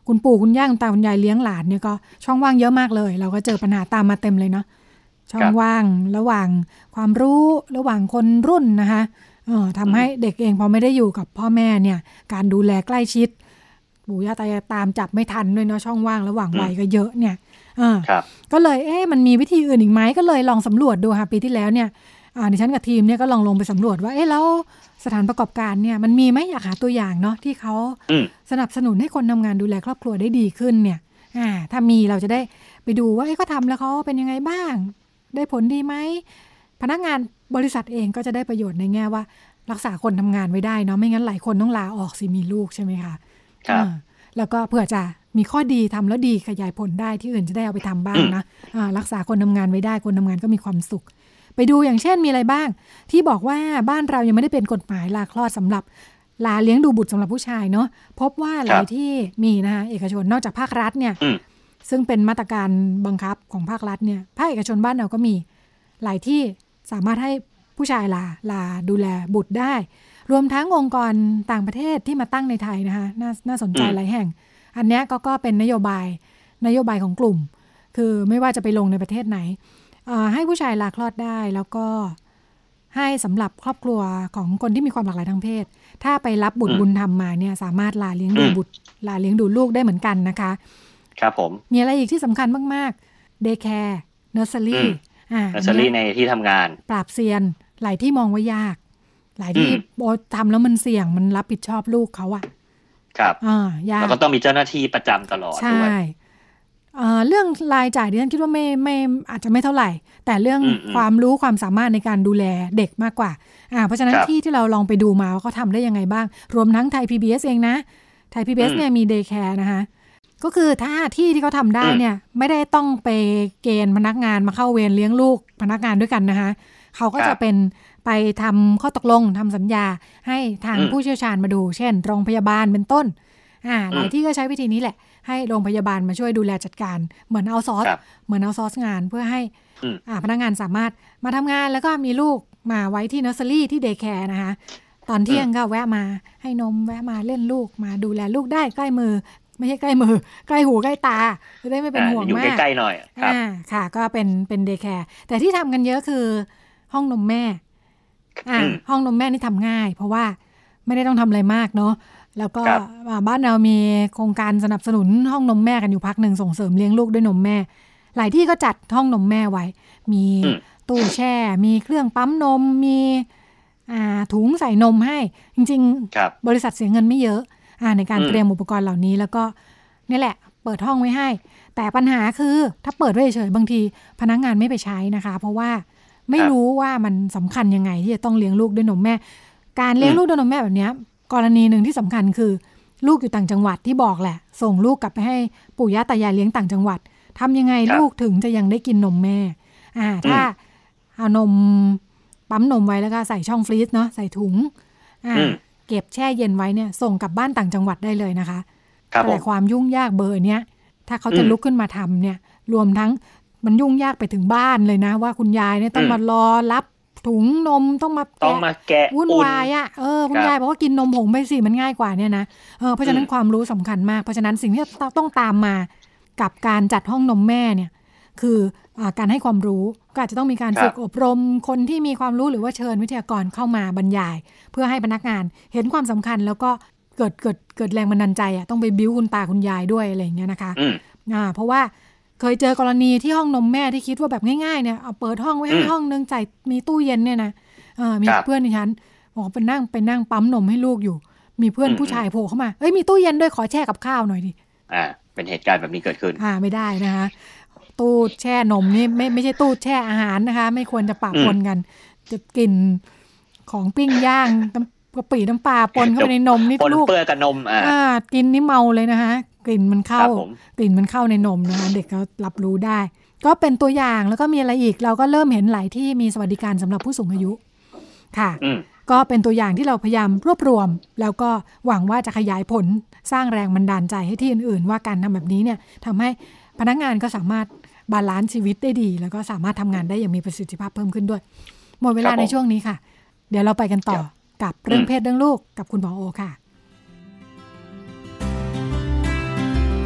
คุณปู่คุณย่าคุณตาคุณยายเลี้ยงหลานเนี่ยก็ช่องว่างเยอะมากเลยเราก็เจอปัญหาตามมาเต็มเลยเนาะช่องว่างระหว่างความรู้ระหว่างคนรุ่นนะคะทำให้เด็กเองพอไม่ได้อยู่กับพ่อแม่เนี่ยการดูแลใกล้ชิดปู่ย่าตายายตามจับไม่ทันด้วยเนาะช่องว่างระหว่างวัยก็เยอะเนี่ยก็เลยมันมีวิธีอื่นอีกไหมก็เลยลองสำรวจดูค่ะปีที่แล้วเนี่ยดิฉันกับทีมเนี่ยก็ลองลงไปสำรวจว่าแล้วสถานประกอบการเนี่ยมันมีไหมอยากหาตัวอย่างเนาะที่เขาสนับสนุนให้คนทำงานดูแลครอบครัวได้ดีขึ้นเนี่ยถ้ามีเราจะได้ไปดูว่าเขาทำแล้วเขาเป็นยังไงบ้างได้ผลดีไหมพนักงานบริษัทเองก็จะได้ประโยชน์ในแง่ว่ารักษาคนทำงานไว้ได้เนาะไม่งั้นหลายคนต้องลาออกสิมีลูกใช่ไหมคะแล้วก็เผื่อจะมีข้อดีทำแล้วดีขยายผลได้ที่อื่นจะได้เอาไปทำบ้างนะรักษาคนทำงานไว้ได้คนทำงานก็มีความสุขไปดูอย่างเช่นมีอะไรบ้างที่บอกว่าบ้านเรายังไม่ได้เป็นกฎหมายลาคลอดสำหรับลาเลี้ยงดูบุตรสำหรับผู้ชายเนาะพบว่าหลายที่มีนะคะเอกชนนอกจากภาครัฐเนี่ยซึ่งเป็นมาตรการบังคับของภาครัฐเนี่ยภาคเอกชนบ้านเราก็มีหลายที่สามารถให้ผู้ชายลาดูแลบุตรได้รวมทั้งองค์กรต่างประเทศที่มาตั้งในไทยนะคะน่าสนใจหลายแห่งอันนี้ก็เป็นนโยบายของกลุ่มคือไม่ว่าจะไปลงในประเทศไหนให้ผู้ชายลาคลอดได้แล้วก็ให้สำหรับครอบครัวของคนที่มีความหลากหลายทางเพศถ้าไปรับบุตรบุญธรรมมาเนี่ยสามารถลาเลี้ยงดูบุตรลาเลี้ยงดูลูกได้เหมือนกันนะคะครับผมมีอะไรอีกที่สำคัญมากๆเดย์แคร์เนอร์เซอรี่ในที่ทำงานปราบเซียนหลายที่มองว่ายากหลายที่ทำแล้วมันเสี่ยงมันรับผิดชอบลูกเขาอะครับแล้วก็ต้องมีเจ้าหน้าที่ประจำตลอดด้วยเรื่องรายจ่ายดิฉันคิดว่าไม่อาจจะไม่เท่าไหร่แต่เรื่องความรู้ความสามารถในการดูแลเด็กมากกว่าเพราะฉะนั้นที่เราลองไปดูมาว่าเขาทำได้ยังไงบ้างรวมทั้งไทย PBS เองนะไทย PBS เนี่ยมีเดย์แคร์นะคะก็คือถ้าที่เขาทำได้เนี่ยไม่ได้ต้องไปเกณฑ์พนักงานมาเข้าเวรเลี้ยงลูกพนักงานด้วยกันนะคะเขาก็จะเป็นไปทำข้อตกลงทำสัญญาให้ทางผู้เชี่ยวชาญมาดูเช่นโรงพยาบาลเป็นต้นหลายที่ก็ใช้วิธีนี้แหละให้โรงพยาบาลมาช่วยดูแลจัดการเหมือนเอาซอสงานเพื่อให้พนักงานสามารถมาทำงานแล้วก็มีลูกมาไว้ที่เนอร์เซอรี่ที่เดย์แคร์นะคะตอนเที่ยงก็แวะมาให้นมแวะมาเล่นลูกมาดูแลลูกได้ใกล้มือไม่ใช่ใกล้มือใกล้หูใกล้ตาจะได้ไม่เป็นห่วงมากอยู่ใกล้ๆหน่อยครับค่ะก็เป็นเดย์แคร์แต่ที่ทำกันเยอะคือห้องนมแม่ห้องนมแม่นี่ทำง่ายเพราะว่าไม่ได้ต้องทำอะไรมากเนาะแล้วก็บ้านเรามีโครงการสนับสนุนห้องนมแม่กันอยู่พักหนึ่งส่งเสริมเลี้ยงลูกด้วยนมแม่หลายที่ก็จัดห้องนมแม่ไว้มีตู้แช่มีเครื่องปั๊มนมมีถุงใส่นมให้จริงๆบริษัทเสียเงินไม่เยอะในการเตรียมอุปกรณ์เหล่านี้แล้วก็นี่แหละเปิดห้องไว้ให้แต่ปัญหาคือถ้าเปิดไว้เฉยบางทีพนักงานไม่ไปใช้นะคะเพราะว่าไม่รู้ว่ามันสำคัญยังไงที่จะต้องเลี้ยงลูกด้วยนมแม่การเลี้ยงลูกด้วยนมแม่แบบนี้กรณีหนึ่งที่สำคัญคือลูกอยู่ต่างจังหวัดที่บอกแหละส่งลูกกลับไปให้ปู่ย่าตายายเลี้ยงต่างจังหวัดทำยังไงลูกถึงจะยังได้กินนมแม่ถ้าเอานมปั๊มนมไว้แล้วก็ใส่ช่องฟรีซเนาะใส่ถุงเก็บแช่เย็นไว้เนี่ยส่งกลับบ้านต่างจังหวัดได้เลยนะคะแต่ความยุ่งยากเบอร์เนี้ยถ้าเขาจะลุกขึ้นมาทำเนี่ยรวมทั้งมันยุ่งยากไปถึงบ้านเลยนะว่าคุณยายเนี่ยต้องมารอรับถุงนมต้องมาแกะวุ่นวายอ่ะคุณยายบอกว่ากินนมผงไปสิมันง่ายกว่าเนี่ยนะเพราะฉะนั้นความรู้สำคัญมากเพราะฉะนั้นสิ่งที่ต้องตามมากับการจัดห้องนมแม่เนี่ยคือการให้ความรู้ก็อาจจะต้องมีการฝึกอบรมคนที่มีความรู้หรือว่าเชิญวิทยากรเข้ามาบรรยายเพื่อให้พนักงานเห็นความสำคัญแล้วก็เกิดแรงบันดาลใจอ่ะต้องไปบิ้วคุณตาคุณยายด้วยอะไรอย่างเงี้ยนะคะเพราะว่าเคยเจอกรณีที่ห้องนมแม่ที่คิดว่าแบบง่ายๆเนี่ยเอาเปิดห้องไว้ให้ห้องนึงใส่มีตู้เย็นเนี่ยนะมีเพื่อนดิฉันบอกไปนั่งปั๊มนมให้ลูกอยู่มีเพื่อนผู้ชายโผล่เข้ามามีตู้เย็นด้วยขอแช่กับข้าวหน่อยดิเป็นเหตุการณ์แบบนี้เกิดขึ้นไม่ได้นะคะตู้แช่นมนี่ไม่ใช่ตู้แช่อาหารนะคะไม่ควรจะปะปนกันจะกินของปิ้งย่างกะปิน้ำปลาปนเข้าไปในนมนี่ลูกปนเปื้อนกับนมกินนี่เมาเลยนะคะกลิ่นมันเข้าในนมนะคะเด็กก็รับรู้ได้ก็เป็นตัวอย่างแล้วก็มีอะไรอีกเราก็เริ่มเห็นหลายที่มีสวัสดิการสำหรับผู้สูงอายุค่ะก็เป็นตัวอย่างที่เราพยายามรวบรวมแล้วก็หวังว่าจะขยายผลสร้างแรงบันดาลใจให้ที่อื่นๆว่าการทำแบบนี้เนี่ยทำให้พนักงานก็สามารถบาลานซ์ชีวิตได้ดีแล้วก็สามารถทำงานได้อย่างมีประสิทธิภาพเพิ่มขึ้นด้วยหมดเวลาในช่วงนี้ค่ะเดี๋ยวเราไปกันต่อกับเรื่องเพศเรื่องลูกกับคุณหมอโอค่ะ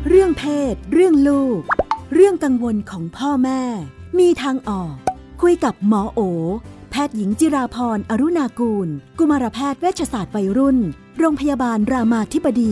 เรื่องเพศเรื่องลูกเรื่องกังวลของพ่อแม่มีทางออกคุยกับหมอโอแพทย์หญิงจิราพรอรุณากูลกุมารแพทย์เวชศาสตร์วัยรุ่นโรงพยาบาลรามาธิบดี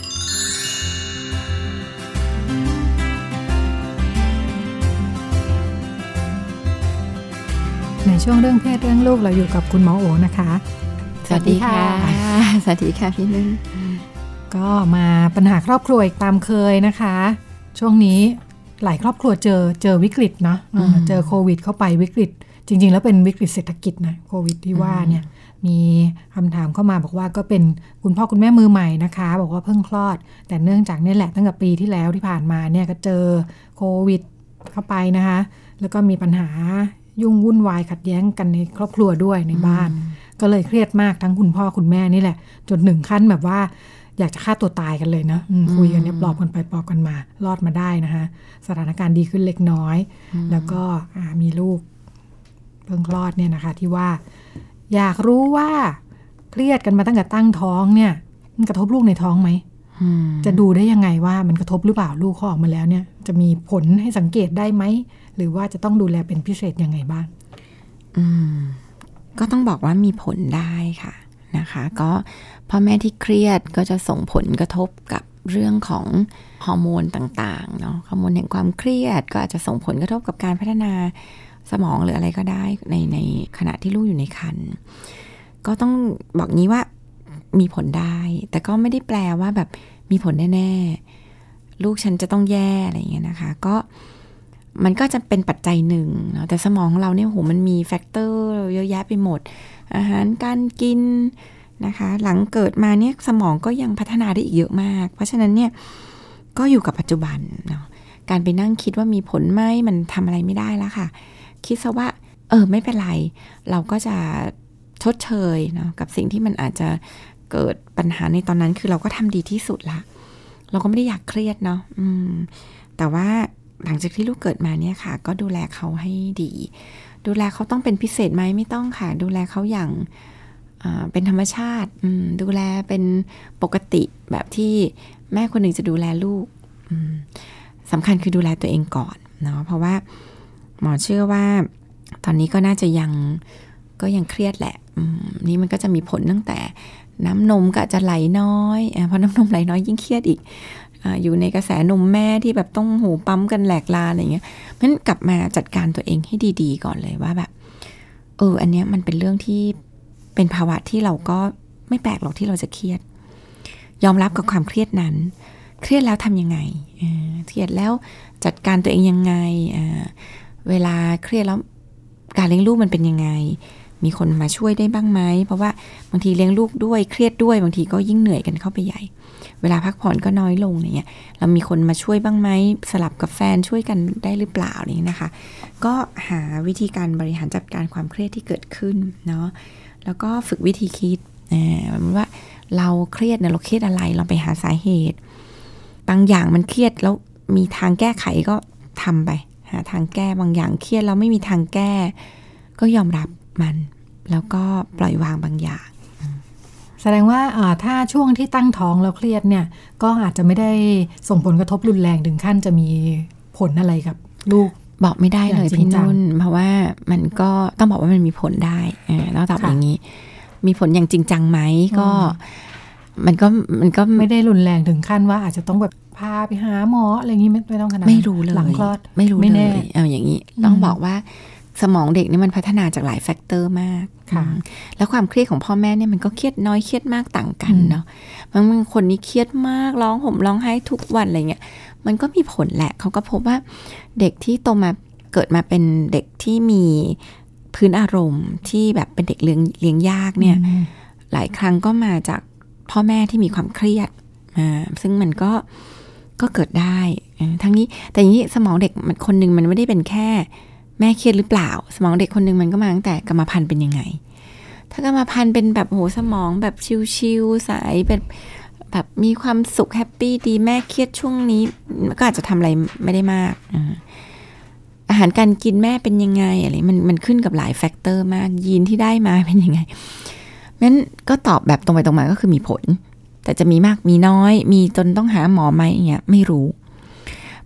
ในช่วงเรื่องเพศเรื่องลูกเราอยู่กับคุณหมอโอนะคะสวัสดีค่ะสวัสดีค่ะพี่นุ่นก็มาปัญหาครอบครัวอีกตามเคยนะคะช่วงนี้หลายครอบครัวเจอวิกฤตเนาะเจอโควิดเข้าไปวิกฤตจริงๆแล้วเป็นวิกฤตเศรษฐกิจนะโควิดที่ว่าเนี่ยมีคำถามเข้ามาบอกว่าก็เป็นคุณพ่อคุณแม่มือใหม่นะคะบอกว่าเพิ่งคลอดแต่เนื่องจากนี่แหละตั้งแต่ปีที่แล้วที่ผ่านมาเนี่ยก็เจอโควิดเข้าไปนะคะแล้วก็มีปัญหายุ่งวุ่นวายขัดแย้งกันในครอบครัวด้วยในบ้านก็เลยเครียดมากทั้งคุณพ่อคุณแม่นี่แหละจนถึงขั้นแบบว่าอยากจะฆ่าตัวตายกันเลยนะคุยกันเนี่ยปลอบกันไปปลอบกันมารอดมาได้นะคะสถานการณ์ดีขึ้นเล็กน้อยแล้วก็มีลูกเพิ่งคลอดเนี่ยนะคะที่ว่าอยากรู้ว่าเครียดกันมาตั้งแต่ตั้งท้องเนี่ยมันกระทบลูกในท้องไหมจะดูได้ยังไงว่ามันกระทบหรือเปล่าลูกเขาออกมาแล้วเนี่ยจะมีผลให้สังเกตได้ไหมหรือว่าจะต้องดูแลเป็นพิเศษยังไงบ้างก็ต้องบอกว่ามีผลได้ค่ะนะคะก็พ่อแม่ที่เครียดก็จะส่งผลกระทบกับเรื่องของฮอร์โมนต่างๆเนาะฮอร์โมนแห่งความเครียดก็อาจจะส่งผลกระทบกับการพัฒนาสมองหรืออะไรก็ได้ในขณะที่ลูกอยู่ในครรภ์ก็ต้องบอกงี้ว่ามีผลได้แต่ก็ไม่ได้แปลว่าแบบมีผลแน่ๆลูกฉันจะต้องแย่อะไรอย่างเงี้ยนะคะก็มันก็จะเป็นปัจจัยหนึ่งเนาะแต่สมองเราเนี่ยโหมันมีแฟกเตอร์เยอะแยะไปหมดอาหารการกินนะคะหลังเกิดมาเนี่ยสมองก็ยังพัฒนาได้อีกเยอะมากเพราะฉะนั้นเนี่ยก็อยู่กับปัจจุบันเนาะการไปนั่งคิดว่ามีผลไหมมันทำอะไรไม่ได้แล้วค่ะคิดซะว่าไม่เป็นไรเราก็จะชดเชยเนาะกับสิ่งที่มันอาจจะเกิดปัญหาในตอนนั้นคือเราก็ทำดีที่สุดละเราก็ไม่ได้อยากเครียดเนาะแต่ว่าหลังจากที่ลูกเกิดมาเนี่ยค่ะก็ดูแลเขาให้ดีดูแลเขาต้องเป็นพิเศษไหมไม่ต้องค่ะดูแลเขาอย่างเป็นธรรมชาติดูแลเป็นปกติแบบที่แม่คนหนึ่งจะดูแลลูกสำคัญคือดูแลตัวเองก่อนเนาะเพราะว่าหมอเชื่อว่าตอนนี้ก็น่าจะยังเครียดแหละนี่มันก็จะมีผลตั้งแต่น้ำนมก็จะไหลน้อยพอน้ำนมไหลน้อยยิ่งเครียดอีกอยู่ในกระแสนมแม่ที่แบบต้องหูปั๊มกันแหลกลาอะไรเงี้ยเพราะฉะนั้นกลับมาจัดการตัวเองให้ดีๆก่อนเลยว่าแบบอันเนี้ยมันเป็นเรื่องที่เป็นภาวะที่เราก็ไม่แปลกหรอกที่เราจะเครียดยอมรับกับความเครียดนั้นเครียดแล้วทำยังไงเครียดแล้วจัดการตัวเองยังไงเวลาเครียดแล้วการเลี้ยงลูกมันเป็นยังไงมีคนมาช่วยได้บ้างไหมเพราะว่าบางทีเลี้ยงลูกด้วยเครียดด้วยบางทีก็ยิ่งเหนื่อยกันเข้าไปใหญ่เวลาพักผ่อนก็น้อยลงเนี่ยเรามีคนมาช่วยบ้างไหมสลับกับแฟนช่วยกันได้หรือเปล่านี่นะคะก็หาวิธีการบริหารจัดการความเครียดที่เกิดขึ้นเนาะแล้วก็ฝึกวิธีคิดว่าเราเครียดเนี่ยเราเครียดอะไรเราไปหาสาเหตุบางอย่างมันเครียดแล้วมีทางแก้ไขก็ทำไปหาทางแก้บางอย่างเครียดแล้วไม่มีทางแก้ก็ยอมรับมันแล้วก็ปล่อยวางบางอย่างแสดงว่าถ้าช่วงที่ตั้งท้องแล้วเครียดเนี่ยก็อาจจะไม่ได้ส่งผลกระทบรุนแรงถึงขั้นจะมีผลอะไรกับลูกบอกไม่ได้เลยพี่นุ่นเพราะว่ามันก็ต้องบอกว่ามันมีผลได้แล้วตอบอย่างนี้มีผลอย่างจริงจังไหมก็มันก็ไม่ได้รุนแรงถึงขั้นว่าอาจจะต้องแบบพาไปหาหมออะไรอย่างนี้ไม่ต้องขนาดไม่รู้เลยหลังคลอดไม่รู้เลยอย่างนี้ต้องบอกว่าสมองเด็กนี่มันพัฒนาจากหลายแฟกเตอร์มากแล้วความเครียดของพ่อแม่เนี่ยมันก็เครียดน้อยเครียดมากต่างกันเนาะบางคนนี่เครียดมากร้องห่มร้องไห้ทุกวันอะไรเงี้ยมันก็มีผลแหละเขาก็พบว่าเด็กที่โตมาเกิดมาเป็นเด็กที่มีพื้นอารมณ์ที่แบบเป็นเด็กเลี้ยงยากเนี่ยหลายครั้งก็มาจากพ่อแม่ที่มีความเครียดซึ่งมันก็เกิดได้ทั้งนี้แต่อย่างนี้สมองเด็กมันคนนึงมันไม่ได้เป็นแค่แม่เครียดหรือเปล่าสมองเด็กคนนึงมันก็มาตั้งแต่กรรมพันธุ์เป็นยังไงถ้ากรรมพันธุ์เป็นแบบโหสมองแบบชิลๆใสแบบมีความสุขแฮปปี้ดีแม่เครียดช่วงนี้ก็อาจจะทำอะไรไม่ได้มากอาหารการกินแม่เป็นยังไงอะไรมันขึ้นกับหลายแฟกเตอร์มากยีนที่ได้มาเป็นยังไงงั้นก็ตอบแบบตรงไปตรงมาก็คือมีผลแต่จะมีมากมีน้อยมีจนต้องหาหมอไหมอย่างเงี้ยไม่รู้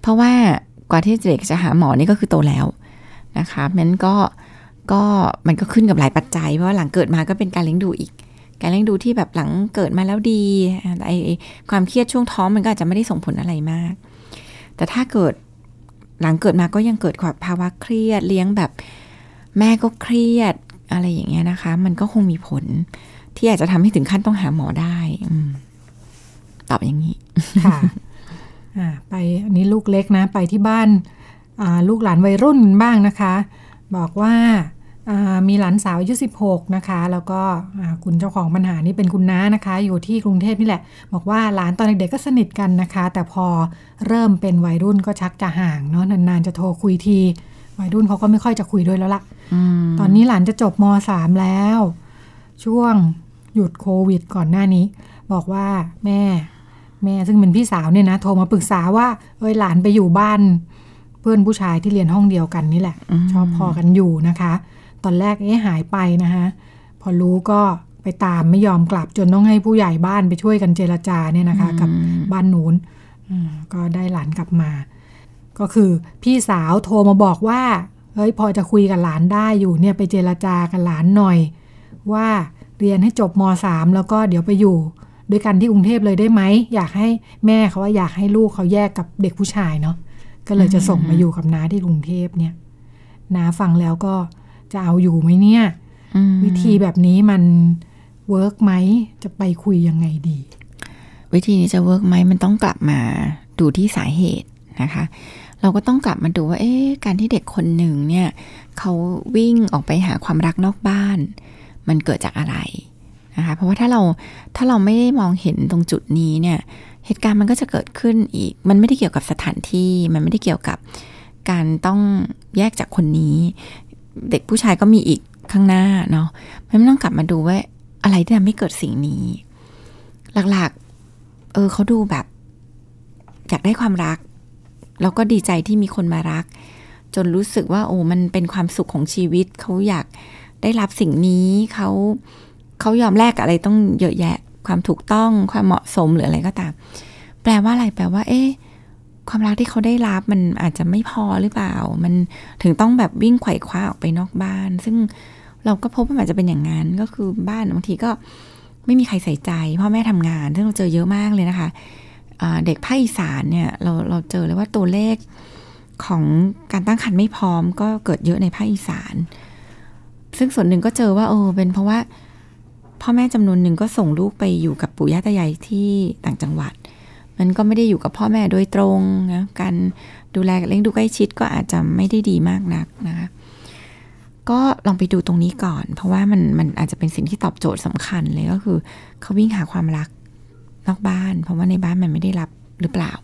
เพราะว่ากว่าที่เด็กจะหาหมอนี่ก็คือโตแล้วนะคะมันก็มันก็ขึ้นกับหลายปัจจัยเพราะว่าหลังเกิดมาก็เป็นการเลี้ยงดูอีกการเลี้ยงดูที่แบบหลังเกิดมาแล้วดีไอความเครียดช่วงท้องมันก็อาจจะไม่ได้ส่งผลอะไรมากแต่ถ้าเกิดหลังเกิดมาก็ยังเกิดความภาวะเครียดเลี้ยงแบบแม่ก็เครียดอะไรอย่างเงี้ยนะคะมันก็คงมีผลที่อาจจะทำให้ถึงขั้นต้องหาหมอได้ตอบอย่างนี้ค่ะไปอันนี้ลูกเล็กนะไปที่บ้านลูกหลานวัยรุ่นบ้างนะคะบอกว่ามีหลานสาวอายุ16นะคะแล้วก็คุณเจ้าของปัญหานี่เป็นคุณน้านะคะอยู่ที่กรุงเทพนี่แหละบอกว่าหลานตอนเด็กๆก็สนิทกันนะคะแต่พอเริ่มเป็นวัยรุ่นก็ชักจะห่างเนาะนานๆจะโทรคุยทีวัยรุ่นเขาก็ไม่ค่อยจะคุยด้วยแล้วล่ะตอนนี้หลานจะจบม.3 แล้วช่วงหยุดโควิดก่อนหน้านี้บอกว่าแม่ซึ่งเป็นพี่สาวเนี่ยนะโทรมาปรึกษาว่าหลานไปอยู่บ้านเพื่อนผู้ชายที่เรียนห้องเดียวกันนี่แหละชอบพอกันอยู่นะคะตอนแรกหายไปนะคะพอรู้ก็ไปตามไม่ยอมกลับจนต้องให้ผู้ใหญ่บ้านไปช่วยกันเจรจาเนี่ยนะคะกับบ้านนู้นก็ได้หลานกลับมาก็คือพี่สาวโทรมาบอกว่าพอจะคุยกับหลานได้อยู่เนี่ยไปเจรจากับหลานหน่อยว่าเรียนให้จบม.3 แล้วก็เดี๋ยวไปอยู่ด้วยกันที่กรุงเทพเลยได้ไหมอยากให้แม่เขาว่าอยากให้ลูกเขาแยกกับเด็กผู้ชายเนาะก็เลยจะส่งมาอยู่กับน้าที่กรุงเทพเนี่ยน้าฟังแล้วก็จะเอาอยู่ไหมเนี่ยวิธีแบบนี้มันเวิร์กไหมจะไปคุยยังไงดีวิธีนี้จะเวิร์กไหมมันต้องกลับมาดูที่สาเหตุนะคะเราก็ต้องกลับมาดูว่าการที่เด็กคนหนึ่งเนี่ยเขาวิ่งออกไปหาความรักนอกบ้านมันเกิดจากอะไรนะคะเพราะว่าถ้าเราไม่ได้มองเห็นตรงจุดนี้เนี่ยเหตุการณ์มันก็จะเกิดขึ้นอีกมันไม่ได้เกี่ยวกับสถานที่มันไม่ได้เกี่ยวกับการต้องแยกจากคนนี้เด็กผู้ชายก็มีอีกข้างหน้าเนาะมันต้องกลับมาดูว่าอะไรที่ทำให้เกิดสิ่งนี้หลักๆเขาดูแบบอยากได้ความรักแล้วก็ดีใจที่มีคนมารักจนรู้สึกว่ามันเป็นความสุขของชีวิตเขาอยากได้รับสิ่งนี้เขายอมแลกอะไรต้องเยอะแยะความถูกต้องความเหมาะสมหรืออะไรก็ตามแปลว่าอะไรแปลว่าความรักที่เขาได้รับมันอาจจะไม่พอหรือเปล่ามันถึงต้องแบบวิ่งไขว่คว้าออกไปนอกบ้านซึ่งเราก็พบว่าอาจจะเป็นอย่างนั้นก็คือบ้านบางทีก็ไม่มีใครใส่ใจพ่อแม่ทำงานซึ่งเราเจอเยอะมากเลยนะคะเด็กภาคอีสานเนี่ยเราเจอเลยว่าตัวเลขของการตั้งครรภ์ไม่พร้อมก็เกิดเยอะในภาคอีสานซึ่งส่วนหนึ่งก็เจอว่าเป็นเพราะว่าพ่อแม่จำนวนหนึ่งก็ส่งลูกไปอยู่กับปู่ย่าตายายที่ต่างจังหวัดมันก็ไม่ได้อยู่กับพ่อแม่โดยตรงนะการดูแลเลี้ยงดูใกล้ชิดก็อาจจะไม่ได้ดีมากนักนะคะก็ลองไปดูตรงนี้ก่อนเพราะว่ามันอาจจะเป็นสิ่งที่ตอบโจทย์สำคัญเลยก็คือเขาวิ่งหาความรักนอกบ้านเพราะว่าในบ้านมันไม่ได้รับหรือเปล่า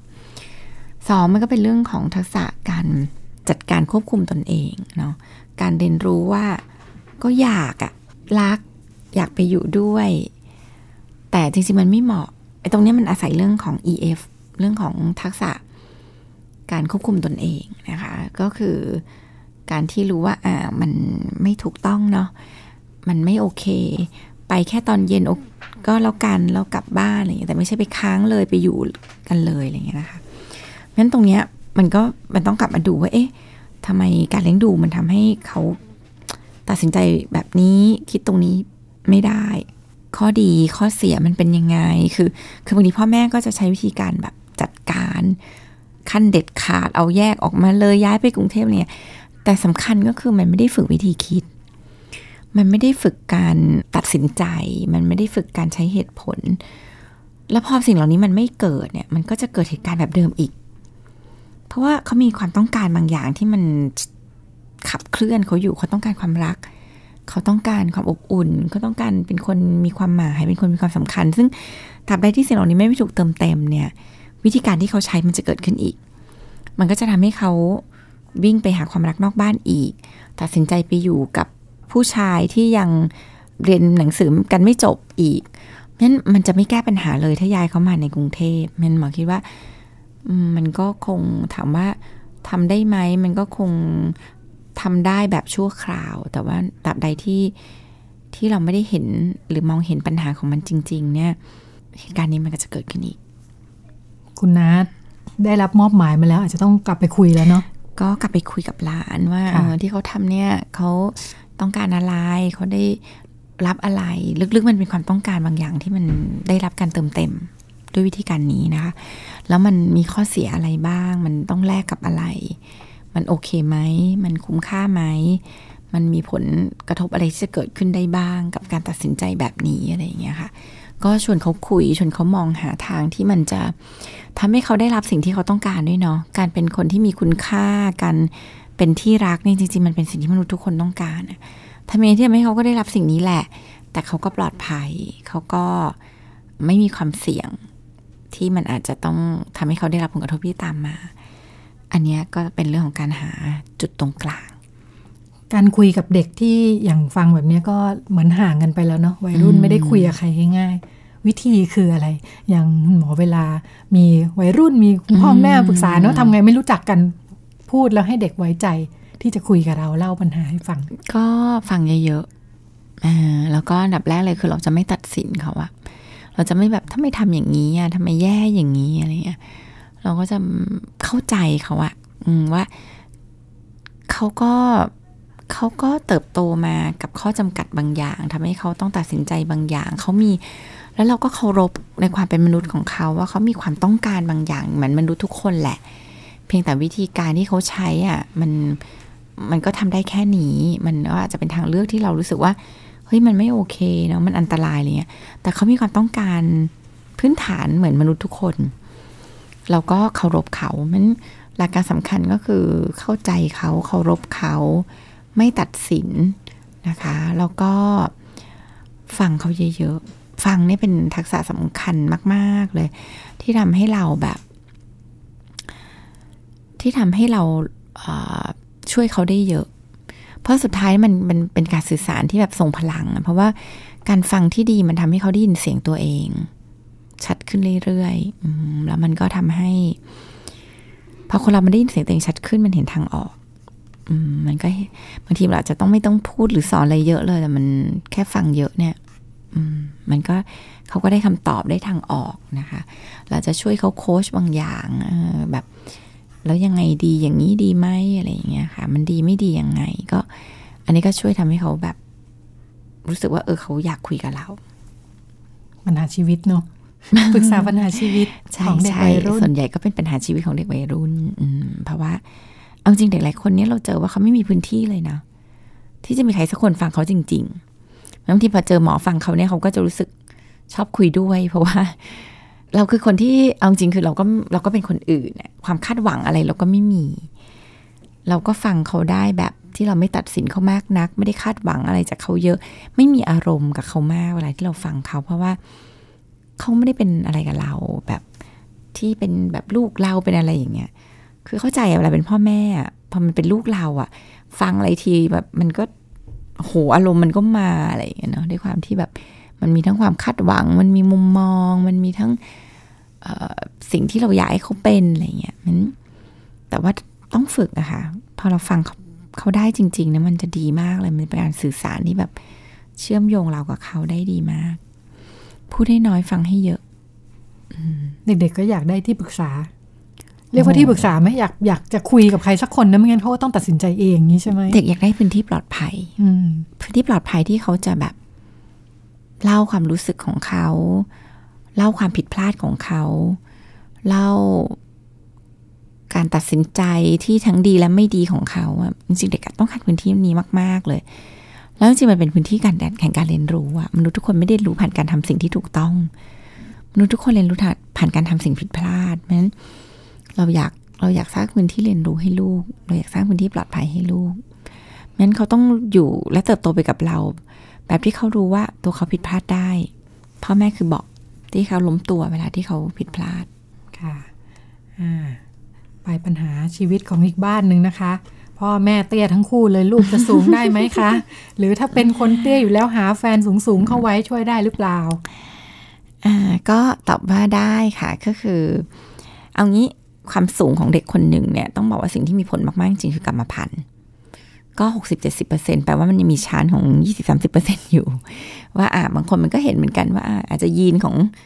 2มันก็เป็นเรื่องของทักษะการจัดการควบคุมตนเองเนาะการเรียนรู้ว่าก็อยากรักอยากไปอยู่ด้วยแต่จริงๆมันไม่เหมาะตรงนี้มันอาศัยเรื่องของ EF เรื่องของทักษะการควบคุมตนเองนะคะก็คือการที่รู้ว่ามันไม่ถูกต้องเนาะมันไม่โอเคไปแค่ตอนเย็นก็แล้วกันแล้วกลับบ้านอะไรอย่างเงี้ยแต่ไม่ใช่ไปค้างเลยไปอยู่กันเลยอะไรอย่างเงี้ยนะคะงั้นตรงเนี้ยมันต้องกลับมาดูว่าทำไมการเลี้ยงดูมันทำให้เขาตัดสินใจแบบนี้คิดตรงนี้ไม่ได้ข้อดีข้อเสียมันเป็นยังไงคือบางทีพ่อแม่ก็จะใช้วิธีการแบบจัดการขั้นเด็ดขาดเอาแยกออกมาเลยย้ายไปกรุงเทพเนี่ยแต่สำคัญก็คือมันไม่ได้ฝึกวิธีคิดมันไม่ได้ฝึกการตัดสินใจมันไม่ได้ฝึกการใช้เหตุผลแล้วพอสิ่งเหล่านี้มันไม่เกิดเนี่ยมันก็จะเกิดเหตุการณ์แบบเดิมอีกเพราะว่าเขามีความต้องการบางอย่างที่มันขับเคลื่อนเขาอยู่เขาต้องการความรักเขาต้องการความอบอุ่นเขาต้องการเป็นคนมีความหมายเป็นคนมีความสำคัญซึ่งตราบใดที่สิ่งเหล่านี้ไม่ถูกเติมเต็มเนี่ยวิธีการที่เขาใช้มันจะเกิดขึ้นอีกมันก็จะทำให้เขาวิ่งไปหาความรักนอกบ้านอีกตัดสินใจไปอยู่กับผู้ชายที่ยังเรียนหนังสือกันไม่จบอีกงั้นมันจะไม่แก้ปัญหาเลยถ้าย้ายเขามาในกรุงเทพมันหมอคิดว่ามันก็คงถามว่าทำได้ไหมมันก็คงทำได้แบบชั่วคราวแต่ว่าตราบใดที่เราไม่ได้เห็นหรือมองเห็นปัญหาของมันจริงๆเนี่ยเหตุการณ์นี้มันก็จะเกิดขึ้นอีกคุณนัทได้รับมอบหมายมาแล้วอาจจะต้องกลับไปคุยแล้วเนาะก็กลับไปคุยกับหลานว่าที่เขาทำเนี่ยเขาต้องการอะไรเขาได้รับอะไรลึกๆมันเป็นความต้องการบางอย่างที่มันได้รับการเติมเต็มด้วยวิธีการนี้นะคะแล้วมันมีข้อเสียอะไรบ้างมันต้องแลกกับอะไรมันโอเคไหมมันคุ้มค่าไหมมันมีผลกระทบอะไรที่จะเกิดขึ้นได้บ้างกับการตัดสินใจแบบนี้อะไรอย่างเงี้ยค่ะก็ชวนเขาคุยชวนเขามองหาทางที่มันจะทำให้เขาได้รับสิ่งที่เขาต้องการด้วยเนาะการเป็นคนที่มีคุณค่าการเป็นที่รักนี่จริงๆมันเป็นสิ่งที่มนุษย์ทุกคนต้องการทำไมที่ทำให้เขาก็ได้รับสิ่งนี้แหละแต่เขาก็ปลอดภัยเขาก็ไม่มีความเสี่ยงที่มันอาจจะต้องทำให้เขาได้รับผลกระทบที่ตามมาอันนี้ก็เป็นเรื่องของการหาจุดตรงกลางการคุยกับเด็กที่อย่างฟังแบบนี้ก็เหมือนห่างกันไปแล้วเนาะวัยรุ่นไม่ได้คุยกับใครง่ายๆวิธีคืออะไรอย่างหมอเวลามีวัยรุ่นมีพ่อแม่ปรึกษาเนาะทำไงไม่รู้จักกันพูดแล้วให้เด็กไว้ใจที่จะคุยกับเราเล่าปัญหาให้ฟังก็ฟังเยอะๆแล้วก็อันดับแรกเลยคือเราจะไม่ตัดสินเขาอะเราจะไม่แบบทำไมทำอย่างนี้อะทำไมแย่อย่างนี้อะไรเงี้ยเราก็จะเข้าใจเขาอะว่าเขาก็เติบโตมากับข้อจำกัดบางอย่างทำให้เขาต้องตัดสินใจบางอย่างเขามีแล้วเราก็เคารพในความเป็นมนุษย์ของเขาว่าเขามีความต้องการบางอย่างเหมือนมนุษย์ทุกคนแหละเพียงแต่วิธีการที่เขาใช้อ่ะมันก็ทำได้แค่นี้มันอาจจะเป็นทางเลือกที่เรารู้สึกว่าเฮ้ยมันไม่โอเคเนาะมันอันตรายอะไรเงี้ยแต่เขามีความต้องการพื้นฐานเหมือนมนุษย์ทุกคนเราก็เคารพเขามันหลักการสำคัญก็คือเข้าใจเขาเคารพเขาไม่ตัดสินนะคะแล้วก็ฟังเขาเยอะๆฟังนี่เป็นทักษะสำคัญมากๆเลยที่ทำให้เราแบบที่ทำให้เราช่วยเขาได้เยอะเพราะสุดท้ายมันเป็นการสื่อสารที่แบบทรงพลังเพราะว่าการฟังที่ดีมันทำให้เขาได้ยินเสียงตัวเองชัดขึ้นเรื่อยๆแล้วมันก็ทำให้พอคนเรามันได้ยินเสียงตัวเองชัดขึ้นมันเห็นทางออกมันก็บางทีเราจะไม่ต้องพูดหรือสอนอะไรเยอะเลยแต่มันแค่ฟังเยอะเนี่ยมันก็เขาก็ได้คำตอบได้ทางออกนะคะเราจะช่วยเขาโค้ชบางอย่างแบบแล้วยังไงดีอย่างนี้ดีไหมอะไรอย่างเงี้ยค่ะมันดีไม่ดียังไงก็อันนี้ก็ช่วยทำให้เขาแบบรู้สึกว่าเขาอยากคุยกับเราปัญหาชีวิตเนาะปรึกษาปัญหาชีวิตของเด็กวัยรุ่นส่วนใหญ่ก็เป็นปัญหาชีวิตของเด็กวัยรุ่นเพราะว่าเอาจริงเด็กหลายคนเนี่ยเราเจอว่าเขาไม่มีพื้นที่เลยนะที่จะมีใครสักคนฟังเขาจริงๆบางทีพอเจอหมอฟังเขาเนี่ยเขาก็จะรู้สึกชอบคุยด้วยเพราะว่าเราคือคนที่เอาจริงคือเราก็เป็นคนอื่นความคาดหวังอะไรเราก็ไม่มีเราก็ฟังเขาได้แบบที่เราไม่ตัดสินเขามากนักไม่ได้คาดหวังอะไรจากเขาเยอะไม่มีอารมณ์กับเขามากเวลาที่เราฟังเขาเพราะว่าเขาไม่ได้เป็นอะไรกับเราแบบที่เป็นแบบลูกเราเป็นอะไรอย่างเงี้ยคือเข้าใจเวลาเป็นพ่อแม่พอมันเป็นลูกเราฟังอะไรทีแบบมันก็โหอารมณ์มันก็มาอะไรอย่างเงี้ยเนาะด้วยความที่แบบมันมีทั้งความคาดหวังมันมีมุมมองมันมีทั้งสิ่งที่เราอยากให้เขาเป็นอะไรเงี้ยแต่ว่าต้องฝึกนะคะพอเราฟังเขาได้จริงๆนะมันจะดีมากเลยมันเป็นการสื่อสารที่แบบเชื่อมโยงเรากับเขาได้ดีมากพูดให้น้อยฟังให้เยอะเด็กๆก็อยากได้ที่ปรึกษาเรียกว่าที่ปรึกษาไหมอยากจะคุยกับใครสักคนนะไม่งั้นเขาก็ต้องตัดสินใจเองนี้ใช่ไหมเด็กอยากได้พื้นที่ปลอดภัยพื้นที่ปลอดภัยที่เขาจะแบบเล่าความรู้สึกของเขาเล่าความผิดพลาดของเขาเล่าการตัดสินใจที่ทั้งดีและไม่ดีของเขาจริงๆเด็กต้องการพื้นที่นี้มากๆเลยแล้วจริงๆมันเป็นพื้นที่การแข่งการเรียนรู้มนุษย์ทุกคนไม่ได้รู้ผ่านการทำสิ่งที่ถูกต้องมนุษย์ทุกคนเรียนรู้ผ่านการทำสิ่งผิดพลาดเพราะฉะนั้นเราอยากสร้างพื้นที่เรียนรู้ให้ลูกเราอยากสร้างพื้นที่ปลอดภัยให้ลูกงั้นเขาต้องอยู่และเติบโตไปกับเราแบบที่เขารู้ว่าตัวเขาผิดพลาดได้พ่อแม่คือบอกที่เขาล้มตัวเวลาที่เขาผิดพลาดค่ะไปปัญหาชีวิตของอีกบ้านหนึ่งนะคะพ่อแม่เตี้ยทั้งคู่เลยลูกจะสูงได้ไหมคะ หรือถ้าเป็นคนเตี้ยอยู่แล้วหาแฟนสูงเข้าไว้ช่วยได้หรือเปล่าก็ตอบว่าได้ค่ะก็คือเอางี้ความสูงของเด็กคนหนึ่งเนี่ยต้องบอกว่าสิ่งที่มีผลมากๆจริงคือกรรมพันธุ์ก็ 60-70% แปลว่ามันยังมีชานของ 20-30% อยู่ว่าบางคนมันก็เห็นเหมือนกันว่าอาจจะยีนของ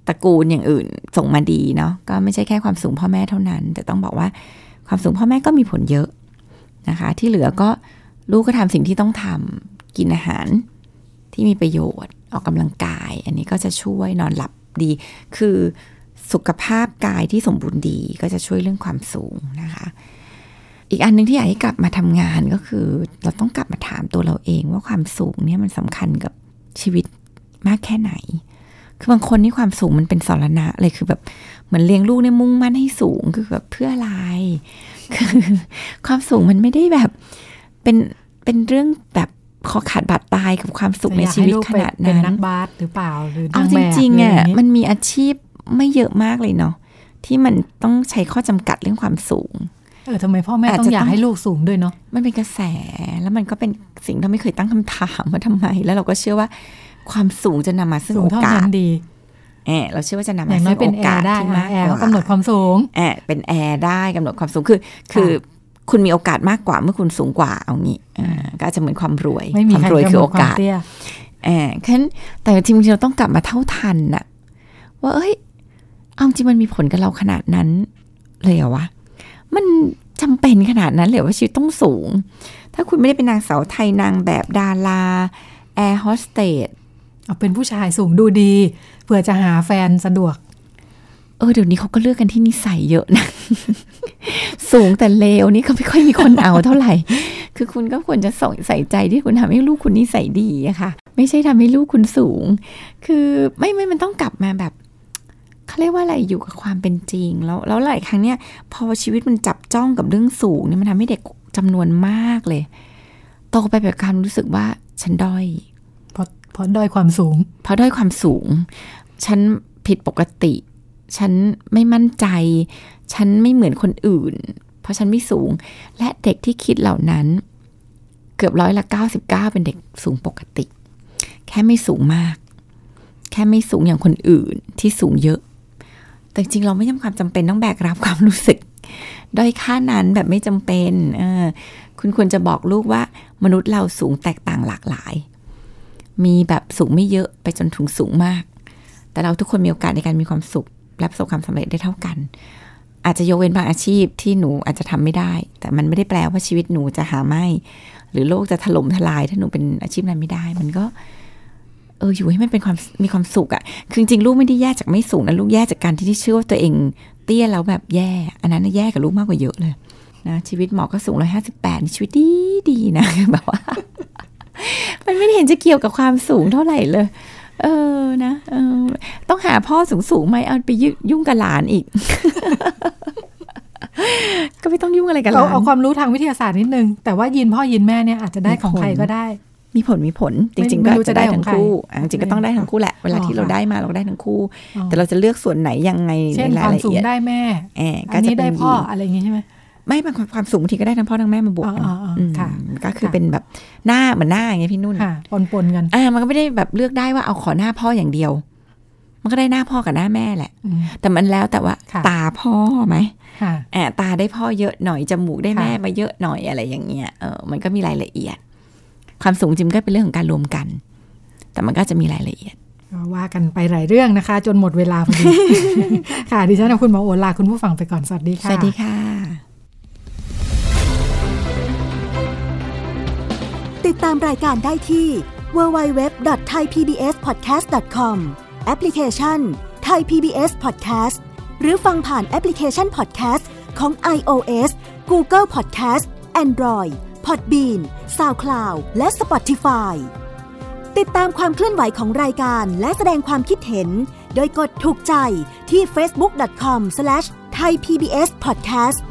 ตระกูลอย่างอื่นส่งมาดีเนาะก็ไม่ใช่แค่ความสูงพ่อแม่เท่านั้นแต่ต้องบอกว่าความสูงพ่อแม่ก็มีผลเยอะนะคะที่เหลือก็ลูกก็ทำสิ่งที่ต้องทำกินอาหารที่มีประโยชน์ออกกำลังกายอันนี้ก็จะช่วยนอนหลับดีคือสุขภาพกายที่สมบูรณ์ดีก็จะช่วยเรื่องความสูงนะคะอีกอันนึงที่อยากให้กลับมาทำงานก็คือเราต้องกลับมาถามตัวเราเองว่าความสูงเนี่ยมันสำคัญกับชีวิตมากแค่ไหนคือบางคนนี่ความสูงมันเป็นสรณะเลยคือแบบเหมือนเลี้ยงลูกเนี่ยมุ่งมั่นให้สูงคือแบบเพื่ออะไรคือความสูงมันไม่ได้แบบเป็นเรื่องแบบคอขาดบาดตายกับความสุขในชีวิตขนาดนั้นเป็นนักบาสหรือเปล่าหรือเอาจริงๆอ่ะมันมีอาชีพไม่เยอะมากเลยเนาะที่มันต้องใช้ข้อจำกัดเรื่องความสูงทำไมพ่อแม่ต้องอยากให้ลูกสูงด้วยเนาะมันเป็นกระแสแล้วมันก็เป็นสิ่งที่ไม่เคยตั้งคำถามว่าทำไมแล้วเราก็เชื่อว่าความสูงจะนำมาซึ่งโอกาสดีเราเชื่อว่าจะนำมาซึ่งโอกาสที่มากแอร์ก็กำหนดความสูงเป็นแอร์ได้กำหนดความสูงคือคุณมีโอกาสมากกว่าเมื่อคุณสูงกว่าเอางี้ก็อาจจะเหมือนความรวยความรวยคือโอกาสแต่จริงๆเราต้องกลับมาเท่าทันน่ะว่าเอาจริงมันมีผลกับเราขนาดนั้นเลยเหรอวะมันจำเป็นขนาดนั้นเลยว่าชีวิตต้องสูงถ้าคุณไม่ได้เป็นนางสาวไทยนางแบบดาราแอร์โฮสเตสเอาเป็นผู้ชายสูงดูดีเผื่อจะหาแฟนสะดวกเดี๋ยวนี้เขาก็เลือกกันที่นิสัยเยอะนะ สูงแต่เลวนี่ก็ไม่ค่อยมีคนเอาเท่าไหร่คือคุณก็ควรจะใส่ใจที่คุณทำให้ลูกคุณนิสัยดีอะค่ะไม่ใช่ทำให้ลูกคุณสูงคือไม่มันต้องกลับมาแบบเขาเรียกว่าอะไรอยู่กับความเป็นจริงแล้วหลายครั้งเนี่ยพอชีวิตมันจับจ้องกับเรื่องสูงเนี่ยมันทำให้เด็กจำนวนมากเลยโตไปแบบความรู้สึกว่าฉันด้อยเพราะด้อยความสูงฉันผิดปกติฉันไม่มั่นใจฉันไม่เหมือนคนอื่นเพราะฉันไม่สูงและเด็กที่คิดเหล่านั้นเกือบ99%เป็นเด็กสูงปกติแค่ไม่สูงมากแค่ไม่สูงอย่างคนอื่นที่สูงเยอะแต่จริงเราไม่จำความจำเป็นต้องแบกรับความรู้สึกด้อยค่านั้นแบบไม่จำเป็นคุณควรจะบอกลูกว่ามนุษย์เราสูงแตกต่างหลากหลายมีแบบสูงไม่เยอะไปจนถึงสูงมากแต่เราทุกคนมีโอกาสในการมีความสุขและประสบความสำเร็จได้เท่ากันอาจจะยกเว้นบางอาชีพที่หนูอาจจะทำไม่ได้แต่มันไม่ได้แปลว่าชีวิตหนูจะหาไม่หรือโลกจะถล่มทลายถ้าหนูเป็นอาชีพนั้นไม่ได้มันก็อยู่ให้มันเป็นความมีความสุขอ่ะคือจริงๆลูกไม่ได้แย่จากไม่สูงนะลูกแย่จากการที่เชื่อว่าตัวเองเตี้ยแล้วแบบแย่อันนั้นแย่กับลูกมากกว่าเยอะเลยนะชีวิตหมอก็สูง158ชีวิตดีนะแบบว่า มันไม่เห็นจะเกี่ยวกับความสูงเท่าไหร่เลยนะต้องหาพ่อสูงไหมเอาไปยุ่งกับหลานอีก ก็ไม่ต้องยุ่งอะไรกับหลานเอาความรู้ทางวิทยาศาสตร์นิดนึงแต่ว่ายีนพ่อยีนแม่เนี่ยอาจจะได้ของใครก็ได้มีผลจริงๆก็จะได้ทั้งคู่จริงๆก็ต้องได้ทั้งคู่แหละเวลาที่เราได้มาเราได้ทั้งคู่แต่เราจะเลือกส่วนไหนยังไงในรายละเอียดความสูงได้แม่ก็จะได้พ่ออะไรอย่างงี้ใช่ไหมไม่บางความสูงบางทีก็ได้ทั้งพ่อทั้งแม่มาบวกกันก็คือเป็นแบบหน้าเหมือนหน้าอย่างเงี้ยพี่นุ่นปนกันมันก็ไม่ได้แบบเลือกได้ว่าเอาขอหน้าพ่ออย่างเดียวมันก็ได้หน้าพ่อกับหน้าแม่แหละแต่มันแล้วแต่ว่าตาพ่อไหมตาได้พ่อเยอะหน่อยจมูกได้แม่มาเยอะหน่อยอะไรอย่างเงี้ยมันก็มีรายละเอียดความสูงจริงก็เป็นเรื่องของการรวมกันแต่มันก็จะมีรายละเอียดว่ากันไปหลายเรื่องนะคะจนหมดเวลาพอดี ค่ะดิฉันกับคุณหมอโอลาคุณผู้ฟังไปก่อนสวัสดีค่ะสวัสดีค่ะติดตามรายการได้ที่ www.thaipbspodcast.com แอปพลิเคชัน Thai PBS Podcast หรือฟังผ่านแอปพลิเคชัน Podcast ของ iOS Google Podcast Android Podbean SoundCloud และ Spotify ติดตามความเคลื่อนไหวของรายการและแสดงความคิดเห็นโดยกดถูกใจที่ facebook.com/thaipbspodcast